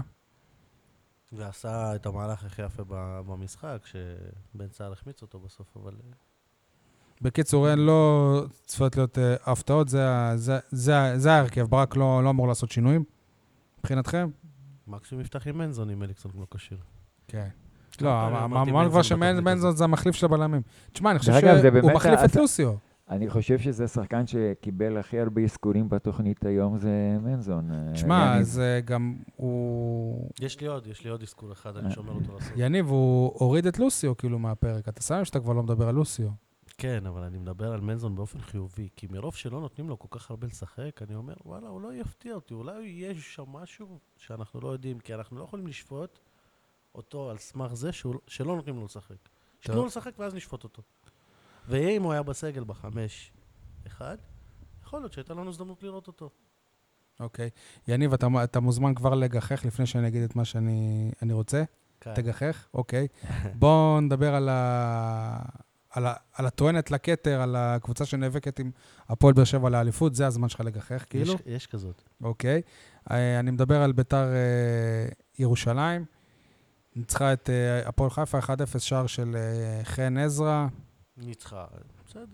ועשה את המהלך הכי יפה ב- במשחק, שבן סער החמיץ אותו בסוף, אבל... אה,
בקיצור, אין לא צפויות להיות אה, הפתעות, זה, ה- זה, זה, ה- זה ההרכב, ברק לא, לא אמור לעשות שינויים, מבחינתכם?
מקסימום יפתח עם מנזון עם מליקסון כמו כשיר.
כן.
כמה
לא,
פעמים אמרתי
אמרנו כבר
בנזון בתוכנית
שמנזון זה המחליף של הבלמים. תשמע, אני חושב
דרך אגב, זה
שהוא
באמת
מחליף
ה-
את לוסיו.
אני חושב שזה שחקן שקיבל הכי הרבה אזכורים בתוכנית היום, זה מנזון. אה,
תשמע,
יניב.
זה גם, הוא...
יש לי עוד, יש לי עוד אזכור אחד, אני שומר אותו לסוף.
יניב, הוא הוריד את לוסיו כאילו מהפרק. אתה שם שאתה כבר לא מדבר על לוסיו.
כן, אבל אני מדבר על מנזון באופן חיובי, כי מרוב שלא נותנים לו כל כך הרבה לשחק, אני אומר, וואלה, הוא לא יפתיע אותי, אולי יהיה שם משהו שאנחנו לא יודעים, כי אנחנו לא יכולים לשפוט אותו על סמך זה שהוא, שלא נותנים לו לשחק. שתנו לו לשחק ואז נשפוט אותו. ואם הוא היה בסגל בחמש אחד, יכול להיות שהייתה לנו הזדמנות לראות אותו.
אוקיי. יניב, אתה, אתה מוזמן כבר לגחך לפני שאני אגיד את מה שאני אני רוצה.
כן.
תגחך, אוקיי. בואו נדבר על, ה... על, ה... על הטוענת לכתר, על הקבוצה שנאבקת עם הפועל באר שבע לאליפות, זה הזמן שלך לגחך, כאילו.
יש, יש כזאת.
אוקיי. אה, אני מדבר על ביתר אה, ירושלים. ניצחה את אה, הפועל חיפה אחד אפס, שער של אה, חן עזרא.
ניצחה, בסדר.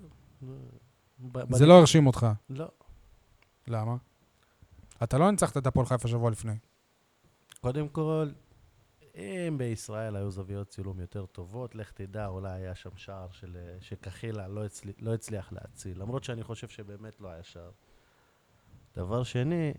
זה לא הרשים אותך.
לא.
למה? אתה לא ניצחת את הפועל חיפה שבוע לפני.
קודם כל, אם בישראל היו זוויות צילום יותר טובות, לך תדע, אולי היה שם שער של, שכחילה לא, הצל, לא הצליח להציל, למרות שאני חושב שבאמת לא היה שער. דבר שני,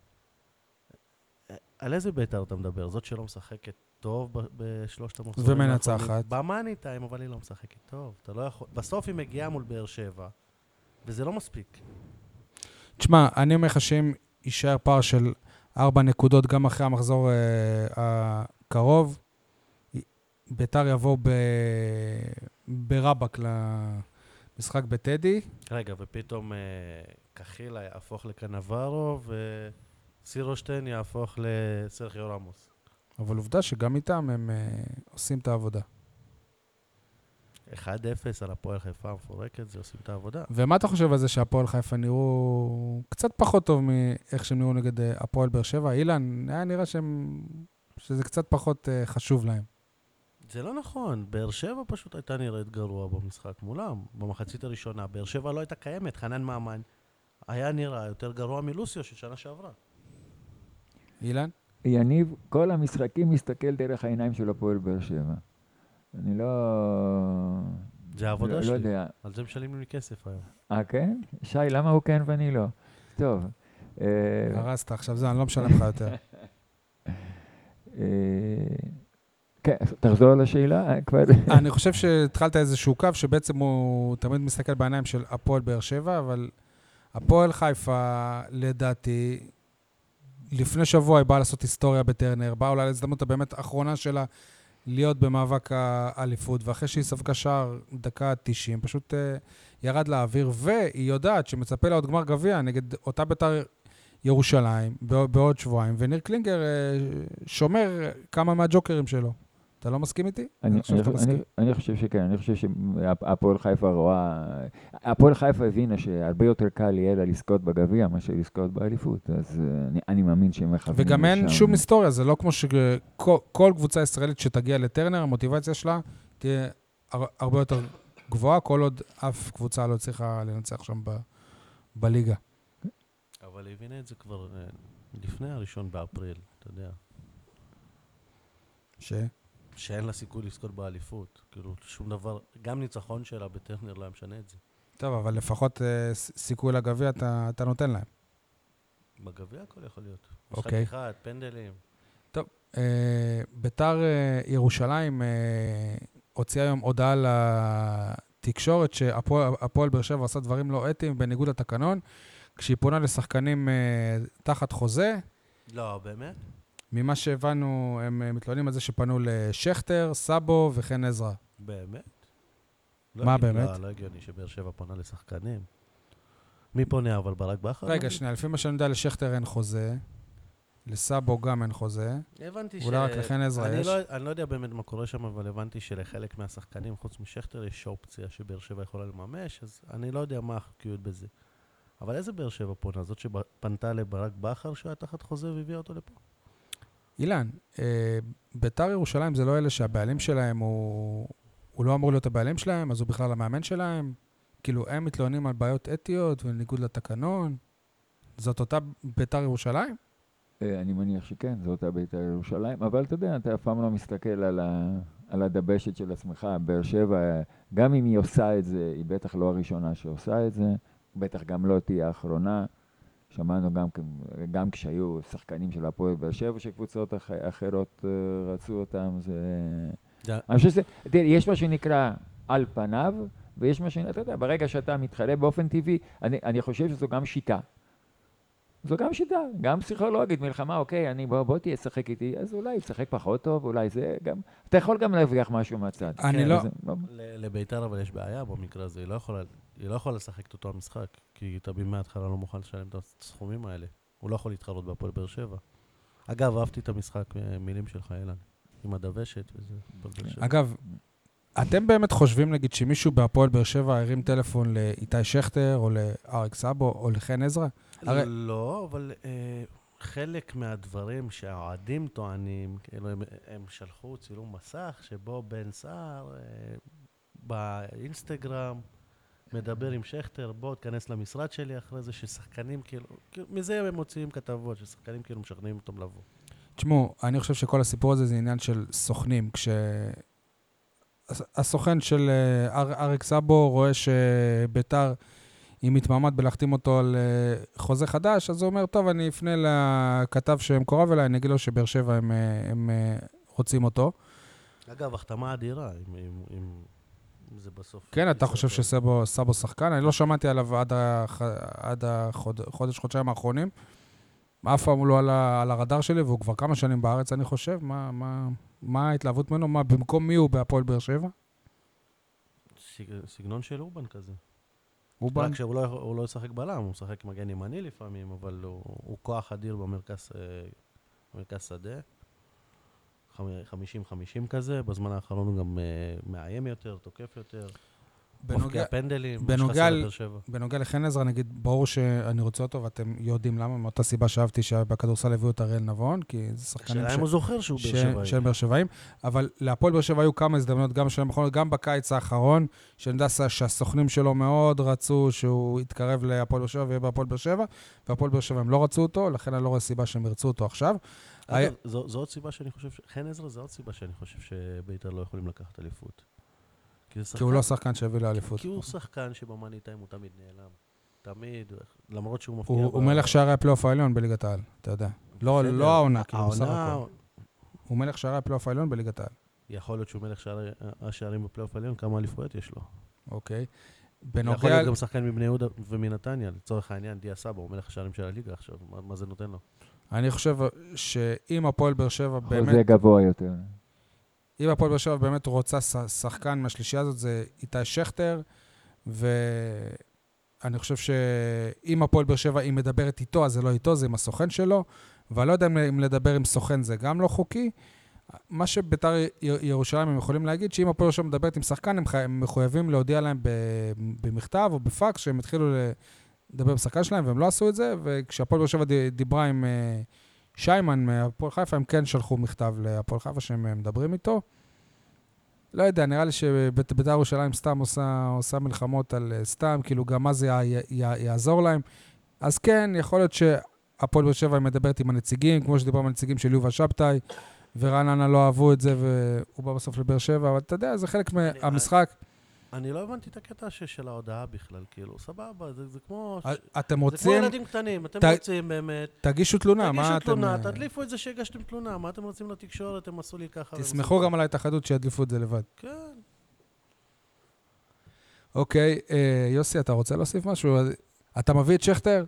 על איזה ביתר אתה מדבר? זאת שלא משחקת טוב ב- בשלושת המחזורים
ומנצחת.
האחרונים? במאני טיים, אבל היא לא משחקת טוב. אתה לא יכול... בסוף היא מגיעה מול באר שבע, וזה לא מספיק.
תשמע, אני אומר לך שאם יישאר פער של ארבע נקודות גם אחרי המחזור אה, הקרוב, ביתר יבוא ב... ברבק למשחק בטדי.
רגע, ופתאום אה, כחילה יהפוך לקנברו, וסירושטיין יהפוך לסרחיו רמוס.
אבל עובדה שגם איתם הם אה, עושים את העבודה.
אחד אפס על הפועל חיפה המפורקת, זה עושים את העבודה.
ומה אתה חושב על זה שהפועל חיפה נראו קצת פחות טוב מאיך שהם נראו נגד אה, הפועל באר שבע? אילן, היה נראה שהם... שזה קצת פחות אה, חשוב להם.
זה לא נכון, באר שבע פשוט הייתה נראית גרוע במשחק מולם, במחצית הראשונה. באר שבע לא הייתה קיימת, חנן מאמן היה נראה יותר גרוע מלוסיו של שנה שעברה.
אילן?
יניב, כל המשחקים מסתכל דרך העיניים של הפועל באר שבע. אני לא...
זה העבודה
לא,
שלי,
לא יודע.
על זה משלמים לי כסף היום.
אה, כן? שי, למה הוא כן ואני לא? טוב. אה,
הרסת, עכשיו זה, אני לא משלם לך יותר.
אה, כן, תחזור על השאלה. כבר...
אני חושב שהתחלת איזשהו קו שבעצם הוא תמיד מסתכל בעיניים של הפועל באר שבע, אבל הפועל חיפה, לדעתי, לפני שבוע היא באה לעשות היסטוריה בטרנר, באה אולי להזדמנות הבאמת האחרונה שלה להיות במאבק האליפות, ואחרי שהיא ספגה שער דקה תשעים, פשוט uh, ירד לאוויר, והיא יודעת שמצפה לה עוד גמר גביע נגד אותה ביתר ירושלים בעוד שבועיים, וניר קלינגר uh, שומר כמה מהג'וקרים שלו. אתה לא מסכים איתי?
אני,
חושב
אני,
שאתה מסכים.
אני, אני חושב שכן, אני חושב שהפועל חיפה רואה, הפועל חיפה הבינה שהרבה יותר קל יהיה לה לזכות בגביע מאשר לזכות באליפות, אז אני, אני מאמין שהם מכוונים
וגם אין
לשם.
שום היסטוריה, זה לא כמו שכל כל קבוצה ישראלית שתגיע לטרנר, המוטיבציה שלה תהיה הר, הרבה יותר גבוהה, כל עוד אף קבוצה לא צריכה לנצח שם ב, בליגה.
אבל הבינה את זה כבר אה, לפני הראשון באפריל, אתה יודע.
ש...
שאין לה סיכוי לזכות באליפות. כאילו, שום דבר, גם ניצחון שלה בטרנר לא משנה את זה.
טוב, אבל לפחות אה, ס- סיכוי לגביע אתה, אתה נותן להם.
בגביע הכל יכול להיות.
אוקיי.
משחק אחד, פנדלים.
טוב, אה, ביתר אה, ירושלים אה, הוציאה היום הודעה לתקשורת שהפועל באר שבע עשה דברים לא אתיים בניגוד לתקנון, כשהיא פונה לשחקנים אה, תחת חוזה.
לא, באמת?
ממה שהבנו, הם אה, מתלוננים על זה שפנו לשכטר, סאבו וכן עזרא.
באמת?
מה
לא הגיוני-
באמת?
לא, לא הגיוני שבאר שבע פונה לשחקנים. מי פונה אבל? ברק בכר?
רגע, שנייה, לפי מה שאני יודע, לשכטר אין חוזה, לסאבו גם אין חוזה.
הבנתי ש...
אולי רק לכן עזרא
אני
יש.
לא, אני לא יודע באמת מה קורה שם, אבל הבנתי שלחלק מהשחקנים, חוץ משכטר, יש אופציה שבאר שבע יכולה לממש, אז אני לא יודע מה החוקיות בזה. אבל איזה באר שבע פונה? זאת שפנתה לברק בכר שהוא היה תחת חוזה והביאה אותו לפה?
אילן, אה, ביתר ירושלים זה לא אלה שהבעלים שלהם הוא, הוא לא אמור להיות הבעלים שלהם, אז הוא בכלל המאמן שלהם. כאילו, הם מתלוננים על בעיות אתיות וניגוד לתקנון. זאת אותה ביתר ירושלים?
אה, אני מניח שכן, זאת הבית"ר ירושלים, אבל אתה יודע, אתה אף פעם לא מסתכל על, ה, על הדבשת של עצמך. באר שבע, גם אם היא עושה את זה, היא בטח לא הראשונה שעושה את זה, בטח גם לא תהיה האחרונה. שמענו גם, גם כשהיו שחקנים של הפועל באר שבע, שקבוצות אח, אחרות uh, רצו אותם, זה...
Yeah.
אני חושב שזה, תראה, יש מה שנקרא על פניו, ויש מה שנקרא, אתה יודע, ברגע שאתה מתחלק באופן טבעי, אני, אני חושב שזו גם שיטה. זו גם שיטה, גם פסיכולוגית, מלחמה, אוקיי, אני, בוא, בוא תהיה שחק איתי, אז אולי תשחק פחות טוב, אולי זה גם, אתה יכול גם להבריח משהו מהצד.
אני
כן,
לא...
זה,
ל- לביתר אבל יש בעיה במקרה הזה, היא לא יכולה, היא לא יכולה לשחק את אותו המשחק, כי תבין מההתחלה לא מוכן לשלם את הסכומים האלה. הוא לא יכול להתחרות בהפועל באר שבע. אגב, אהבתי את המשחק מילים שלך, אילן, עם הדבשת וזה. הפועל באר שבע.
אגב, אתם באמת חושבים, נגיד, שמישהו בהפועל באר שבע הרים טלפון לאיתי שכטר, או לאריק סאבו, או לחן עזרא? הרי...
לא, אבל אה, חלק מהדברים שהאוהדים טוענים, כאילו הם, הם שלחו צילום מסך שבו בן סער אה, באינסטגרם מדבר עם שכטר, בוא תכנס למשרד שלי אחרי זה, ששחקנים כאילו, כאילו מזה הם מוציאים כתבות, ששחקנים כאילו משכנעים אותם לבוא.
תשמעו, אני חושב שכל הסיפור הזה זה עניין של סוכנים. כשהסוכן של אה, אר, אריק סאבו רואה שביתר היא מתמעמד בלהחתים אותו על אה, חוזה חדש, אז הוא אומר, טוב, אני אפנה לכתב שמקורב אליי, אני אגיד לו שבאר שבע הם, אה, הם אה, רוצים אותו.
אגב, החתמה אדירה, אם, אם, אם זה בסוף...
כן, אתה
זה
חושב
אותו.
שסאבו סאבו שחקן? אני לא שמעתי עליו עד, הח, עד החודש, חודשיים האחרונים. אף פעם הוא לא על, על הרדאר שלי, והוא כבר כמה שנים בארץ, אני חושב. מה, מה, מה ההתלהבות ממנו? מה, במקום מי הוא בהפועל באר שבע?
סג- סגנון של אובן כזה.
הוא בא...
רק שהוא לא, הוא לא ישחק בלם, הוא משחק מגן ימני לפעמים, אבל הוא, הוא כוח אדיר במרכז, אה, במרכז שדה. חמישים חמישים כזה, בזמן האחרון הוא גם אה, מאיים יותר, תוקף יותר.
בנוגע,
מפקיע פנדלים,
בנוגע,
יש חסר לבאר שבע.
בנוגע לחן עזרא, נגיד, ברור שאני רוצה אותו, ואתם יודעים למה, מאותה סיבה שאהבתי שבכדורסל הביאו את אריאל נבון, כי זה שחקנים
השאלה אם הוא זוכר שהוא באר
ש-
שבעי.
שהם באר שבעים, אבל להפועל באר שבע היו כמה הזדמנויות, גם בשנים האחרונות, גם בקיץ האחרון, שאני יודע שהסוכנים שלו מאוד רצו שהוא יתקרב להפועל באר שבע ויהיה בהפועל באר שבע, והפועל באר שבע הם לא רצו אותו, לכן אני לא רואה סיבה שהם ירצו אותו עכשיו. היה-
אגב, זו, זו עוד סיבה שאני חושב, ש- חן עזרא זה עוד סיבה שאני חושב שביתר לא יכולים לקחת אליפות. כי זה
כי הוא
שחקן-
לא שחקן שהביא לאליפות.
כי הוא שחקן שבמאני טיים הוא תמיד נעלם. תמיד, למרות שהוא מפקיע...
הוא
ב-
הוא מלך שערי הפלייאוף העליון בליגת העל, אתה יודע. לא
בסדר.
לא העונה, כאילו, בסך
העונה,
הכל. הוא מלך שערי הפלייאוף העליון בליגת העל.
יכול להיות שהוא מלך שערי- השערים בפלייאוף העליון, כמה אליפויות יש לו.
אוקיי.
יכול
בנוגע...
להיות גם שחקן מבני יהודה ומנתניה, לצורך העניין, דיה סבא, הוא מלך השערים של הליגה עכשיו, מה- מה זה נותן לו?
אני חושב שאם הפועל באר שבע באמת...
חוזה גבוה יותר.
אם הפועל באר שבע באמת רוצה ש- שחקן מהשלישייה הזאת, זה איתי שכטר, ואני חושב שאם הפועל באר שבע, היא מדברת איתו, אז זה לא איתו, זה עם הסוכן שלו, ואני לא יודע אם, אם לדבר עם סוכן זה גם לא חוקי, מה שביתר ירושלים הם יכולים להגיד, שאם הפועל ירושלים מדברת עם שחקן, הם, חי... הם מחויבים להודיע להם ב... במכתב או בפקס, שהם התחילו לדבר עם שחקן שלהם, והם לא עשו את זה, וכשהפועל ירושלים דיברה עם שיימן מהפועל חיפה, הם כן שלחו מכתב להפועל חיפה שהם מדברים איתו. לא יודע, נראה לי שביתר ירושלים סתם עושה, עושה מלחמות על סתם, כאילו גם מה זה י... י... יעזור להם. אז כן, יכול להיות שהפועל באר שבע מדברת עם הנציגים, כמו שדיברו עם הנציגים של יובל שבתאי, ורעננה לא אהבו את זה, והוא בא בסוף לבאר שבע, אבל אתה יודע, זה חלק מהמשחק.
אני לא הבנתי את הקטע של ההודעה בכלל, כאילו, סבבה, זה כמו...
אתם רוצים...
זה כמו ילדים קטנים, אתם רוצים באמת...
תגישו תלונה, מה אתם...
תגישו תלונה, תדליפו את זה שהגשתם תלונה, מה אתם רוצים לתקשורת, הם עשו לי ככה...
תסמכו גם על ההתאחדות שידליפו את זה לבד.
כן.
אוקיי, יוסי, אתה רוצה להוסיף משהו? אתה מביא את שכטר?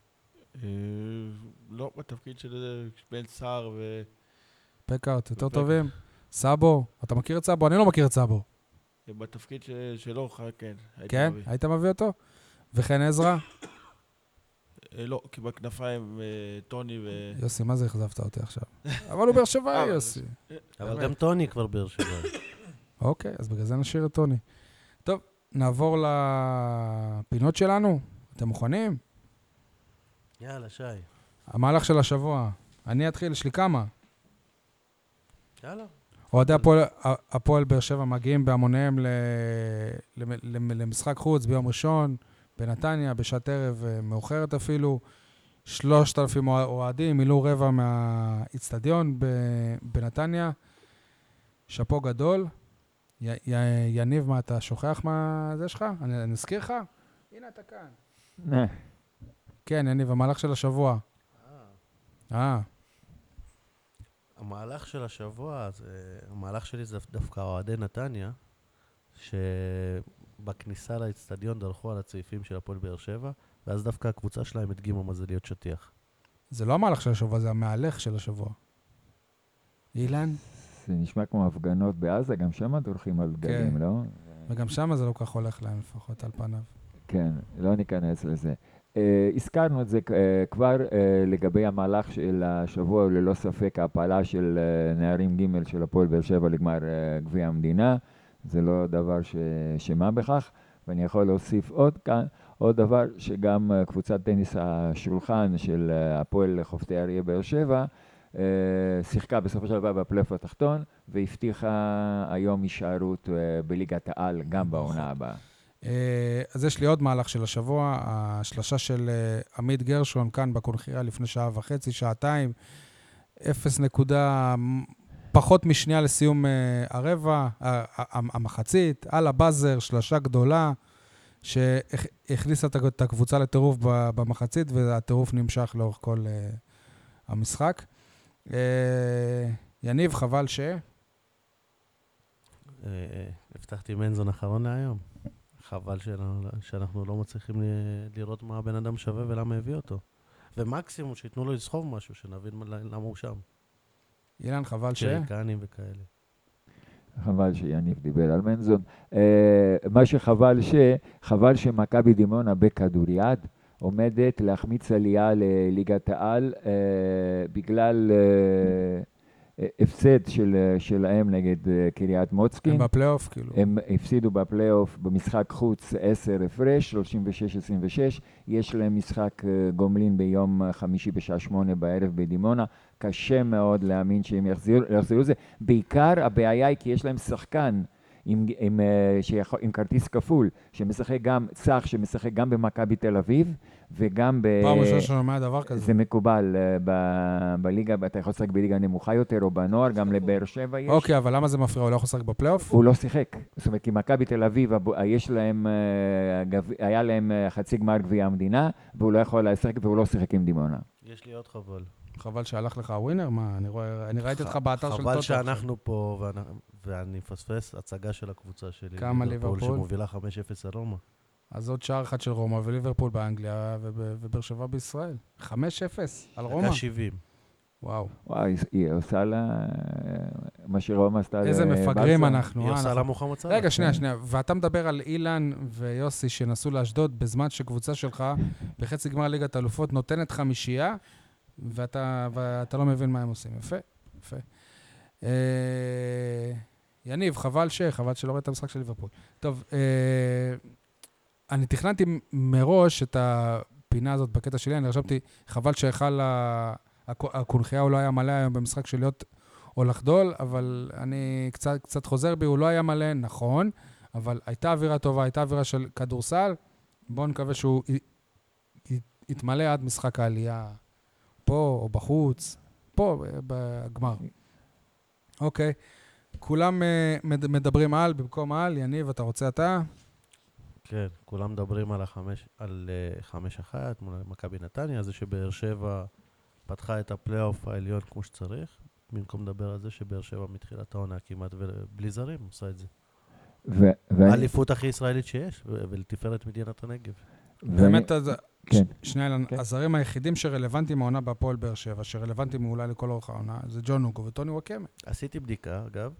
לא, בתפקיד של בן סער ו...
פקארט, יותר טובים. סאבו, אתה מכיר את סאבו? אני לא מכיר את סאבו.
בתפקיד שלו, כן.
כן? היית מביא אותו? וכן עזרא?
לא, כי בכנפיים טוני ו...
יוסי, מה זה אכזבת אותי עכשיו? אבל הוא באר שבעי, יוסי.
אבל גם טוני כבר באר שבעי.
אוקיי, אז בגלל זה נשאיר את טוני. טוב, נעבור לפינות שלנו. אתם מוכנים?
יאללה, שי.
המהלך של השבוע. אני אתחיל, יש לי כמה.
יאללה.
אוהדי הפועל באר שבע מגיעים בהמוניהם למשחק חוץ ביום ראשון, בנתניה, בשעת ערב מאוחרת אפילו. שלושת אלפים אוהדים, מילאו רבע מהאצטדיון בנתניה. שפו גדול. יניב, מה אתה שוכח מה זה שלך? אני נזכיר לך? הנה אתה כאן. כן, יניב, המהלך של השבוע. אה.
המהלך של השבוע, זה, המהלך שלי זה דווקא אוהדי נתניה, שבכניסה לאצטדיון דרכו על הצעיפים של הפועל באר שבע, ואז דווקא הקבוצה שלהם הדגימה מה זה להיות שטיח.
זה לא המהלך של השבוע, זה המהלך של השבוע. אילן?
זה נשמע כמו הפגנות בעזה, גם שם דורכים על דגלים, לא?
וגם שם זה לא כך הולך להם לפחות על פניו.
כן, לא ניכנס לזה. Uh, הזכרנו את זה uh, כבר uh, לגבי המהלך של השבוע, ללא ספק ההפעלה של uh, נערים ג' של הפועל באר שבע לגמר uh, גביע המדינה. זה לא דבר ש... שמה בכך, ואני יכול להוסיף עוד כאן, עוד דבר שגם uh, קבוצת טניס השולחן של uh, הפועל חופתי אריה באר שבע, uh, שיחקה בסופו של דבר בפלייאוף התחתון, והבטיחה היום הישארות uh, בליגת העל גם בעונה הבאה.
אז יש לי עוד מהלך של השבוע, השלושה של עמית גרשון כאן בקונחייה לפני שעה וחצי, שעתיים, אפס נקודה, פחות משנייה לסיום הרבע, המחצית, על הבאזר, שלושה גדולה, שהכניסה את הקבוצה לטירוף במחצית, והטירוף נמשך לאורך כל המשחק. יניב, חבל ש...
הבטחתי מנזון אחרון להיום. חבל שאנחנו לא מצליחים לראות מה הבן אדם שווה ולמה הביא אותו. ומקסימום שיתנו לו לסחוב משהו, שנבין למה הוא שם.
אילן, חבל ש...
שריקנים וכאלה.
חבל שיניב דיבר על מנזון. מה שחבל ש... חבל שמכבי דימונה בכדוריד עומדת להחמיץ עלייה לליגת העל בגלל... הפסד של, שלהם נגד קריית מוצקין.
הם בפלייאוף, כאילו.
הם הפסידו בפלייאוף במשחק חוץ עשר הפרש, שלושים ושש עשרים ושש. יש להם משחק גומלין ביום חמישי בשעה שמונה בערב בדימונה. קשה מאוד להאמין שהם יחזירו, יחזירו את זה. בעיקר הבעיה היא כי יש להם שחקן עם, עם, שיכול, עם כרטיס כפול, שמשחק גם, צח שמשחק גם במכבי תל אביב, וגם ב...
פעם ראשונה שומע דבר כזה.
זה מקובל ב, בליגה, אתה יכול לשחק בליגה נמוכה יותר, או בנוער, גם לבאר שבע יש.
אוקיי, אבל למה זה מפריע? הוא לא יכול לשחק בפלייאוף?
הוא לא שיחק. זאת אומרת, כי מכבי תל אביב, יש להם, היה להם חצי גמר גביע המדינה, והוא לא יכול לשחק, והוא לא שיחק עם דימונה.
יש לי עוד חבל.
חבל שהלך לך הווינר? מה, אני, רואה, אני ראיתי אותך באתר של טוטו.
חבל שאנחנו פה, ואני, ואני מפספס הצגה של הקבוצה שלי.
כמה ליברפול?
שמובילה חמש אפס על רומא.
אז עוד שער אחד של רומא, וליברפול באנגליה, ובאר שבע בישראל. חמש אפס על רומא?
דקה שבעים.
וואו.
וואו, היא עושה לה... מה שרומא עשתה...
איזה מפגרים אנחנו.
היא עושה לה מוחמד סלאח.
רגע, שנייה, שנייה. ואתה מדבר על אילן ויוסי שנסו לאשדוד, בזמן שקבוצה שלך, בחצי גמר ליגת האלופות, נותנת חמישייה, ואתה, ואתה לא מבין מה הם עושים. יפה, יפה. אה, יניב, חבל ש... חבל שלא ראית את המשחק של ליברפול. טוב, אה, אני תכננתי מראש את הפינה הזאת בקטע שלי, אני רשמתי, חבל שהחל הקונחייה, הוא לא היה מלא היום במשחק של להיות או לחדול, אבל אני קצת, קצת חוזר בי, הוא לא היה מלא, נכון, אבל הייתה אווירה טובה, הייתה אווירה של כדורסל, בואו נקווה שהוא י, י, יתמלא עד משחק העלייה, פה או בחוץ, פה בגמר. אוקיי, כולם uh, מדברים על, במקום על, יניב, אתה רוצה אתה?
כן, כולם מדברים על החמש, על uh, חמש אחת מול מכבי נתניה, זה שבאר שבע פתחה את הפלייאוף העליון כמו שצריך, במקום לדבר על זה שבאר שבע מתחילת העונה כמעט ובלי זרים עושה את זה.
ו- ואני-
האליפות הכי ישראלית שיש, ו- ולתפארת מדינת הנגב.
באמת, אז-
כן.
ש- שנייה, אילן,
כן.
הזרים היחידים שרלוונטיים מהעונה בהפועל באר שבע, שרלוונטיים אולי לכל אורך העונה, זה ג'ון הוגו וטוני וואקמה.
עשיתי בדיקה, אגב,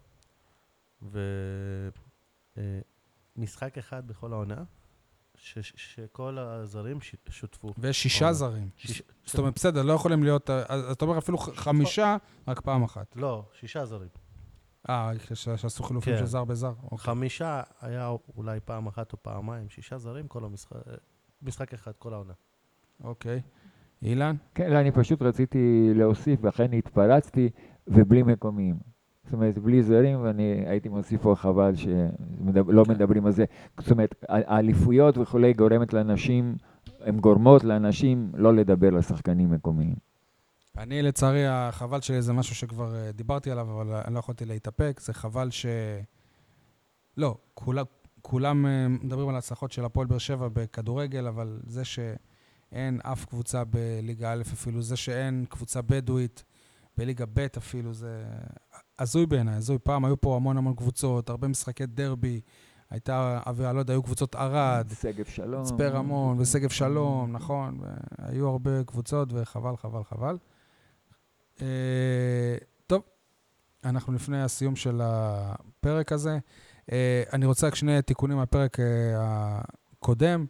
ומשחק אחד בכל העונה, ש- ש- שכל הזרים ש- שותפו.
ויש שישה
עונה.
זרים.
שיש-
זאת אומרת, בסדר, לא יכולים להיות, אז אתה אומר אפילו ח- חמישה, רק פעם אחת.
לא, שישה זרים.
אה, ש- שעשו חילופים
כן.
של זר בזר. אוקיי.
חמישה היה אולי פעם אחת או פעמיים, שישה זרים, כל המשחק, משחק אחד, כל העונה.
אוקיי. אילן?
כן, לא, אני פשוט רציתי להוסיף, ואכן התפרצתי, ובלי מקומיים. זאת אומרת, בלי זרים, ואני הייתי מוסיף פה חבל שלא מדברים על זה. זאת אומרת, האליפויות וכולי גורמת לאנשים, הן גורמות לאנשים לא לדבר לשחקנים מקומיים.
אני, לצערי, החבל שלי זה משהו שכבר אה, דיברתי עליו, אבל אני לא יכולתי להתאפק. זה חבל ש... לא, כולם, כולם אה, מדברים על ההצלחות של הפועל באר שבע בכדורגל, אבל זה שאין אף קבוצה בליגה א' אפילו, זה שאין קבוצה בדואית בליגה ב' אפילו, זה הזוי בעיניי, הזוי. פעם היו פה המון המון קבוצות, הרבה משחקי דרבי, הייתה אווירה, לא יודע, היו קבוצות ערד,
שגב שלום.
צפה רמון ושגב שלום, נכון, היו הרבה קבוצות וחבל, חבל, חבל. Uh, טוב, אנחנו לפני הסיום של הפרק הזה. Uh, אני רוצה רק שני תיקונים מהפרק uh, הקודם.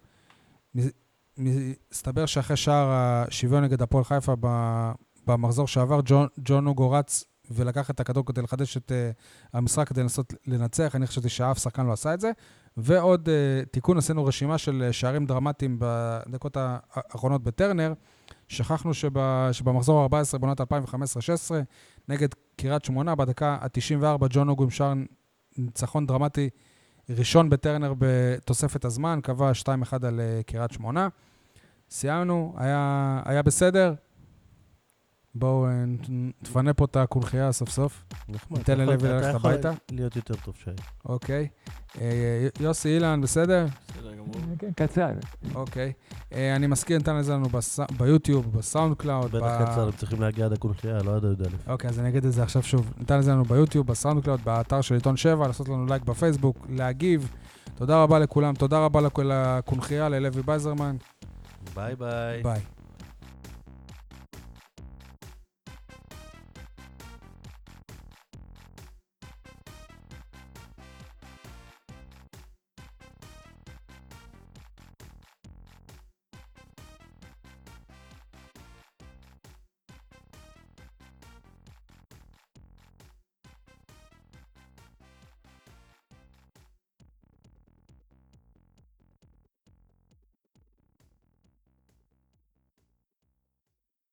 מסתבר שאחרי שער השוויון נגד הפועל חיפה במחזור שעבר, ג'ון, ג'ון הוגו רץ ולקח את הכדור כדי לחדש את uh, המשחק כדי לנסות לנצח. אני חשבתי שאף שחקן לא עשה את זה. ועוד uh, תיקון, עשינו רשימה של שערים דרמטיים בדקות האחרונות בטרנר. שכחנו שבא, שבמחזור ארבע עשרה בעונת אלפיים וחמש עשרה שש עשרה נגד קריית שמונה, בדקה ה-תשעים וארבע ג'ון הוגו עם שער ניצחון דרמטי ראשון בטרנר בתוספת הזמן, קבע שתיים אחד על uh, קריית שמונה. סיימנו, היה, היה בסדר. בואו תפנה פה את הקונחייה סוף סוף.
נחמד.
ניתן ללוי ללכת הביתה.
אתה יכול להיות יותר טוב שי.
אוקיי. אה, יוסי אילן, בסדר?
בסדר גמור.
כן, קצר.
אוקיי. אה, אני מזכיר, ניתן לזה לנו בס... ביוטיוב, בסאונד קלאוד.
בטח
ב...
קצר, הם צריכים להגיע עד הקונחייה, לא עד הי"א.
אוקיי, אז אני אגיד את זה עכשיו שוב. ניתן לזה לנו ביוטיוב, בסאונד קלאוד, באתר של עיתון שבע, לעשות לנו לייק בפייסבוק, להגיב. תודה רבה לכולם, תודה רבה לקונחייה, ללוי בייזרמן.
ביי ביי.
ביי.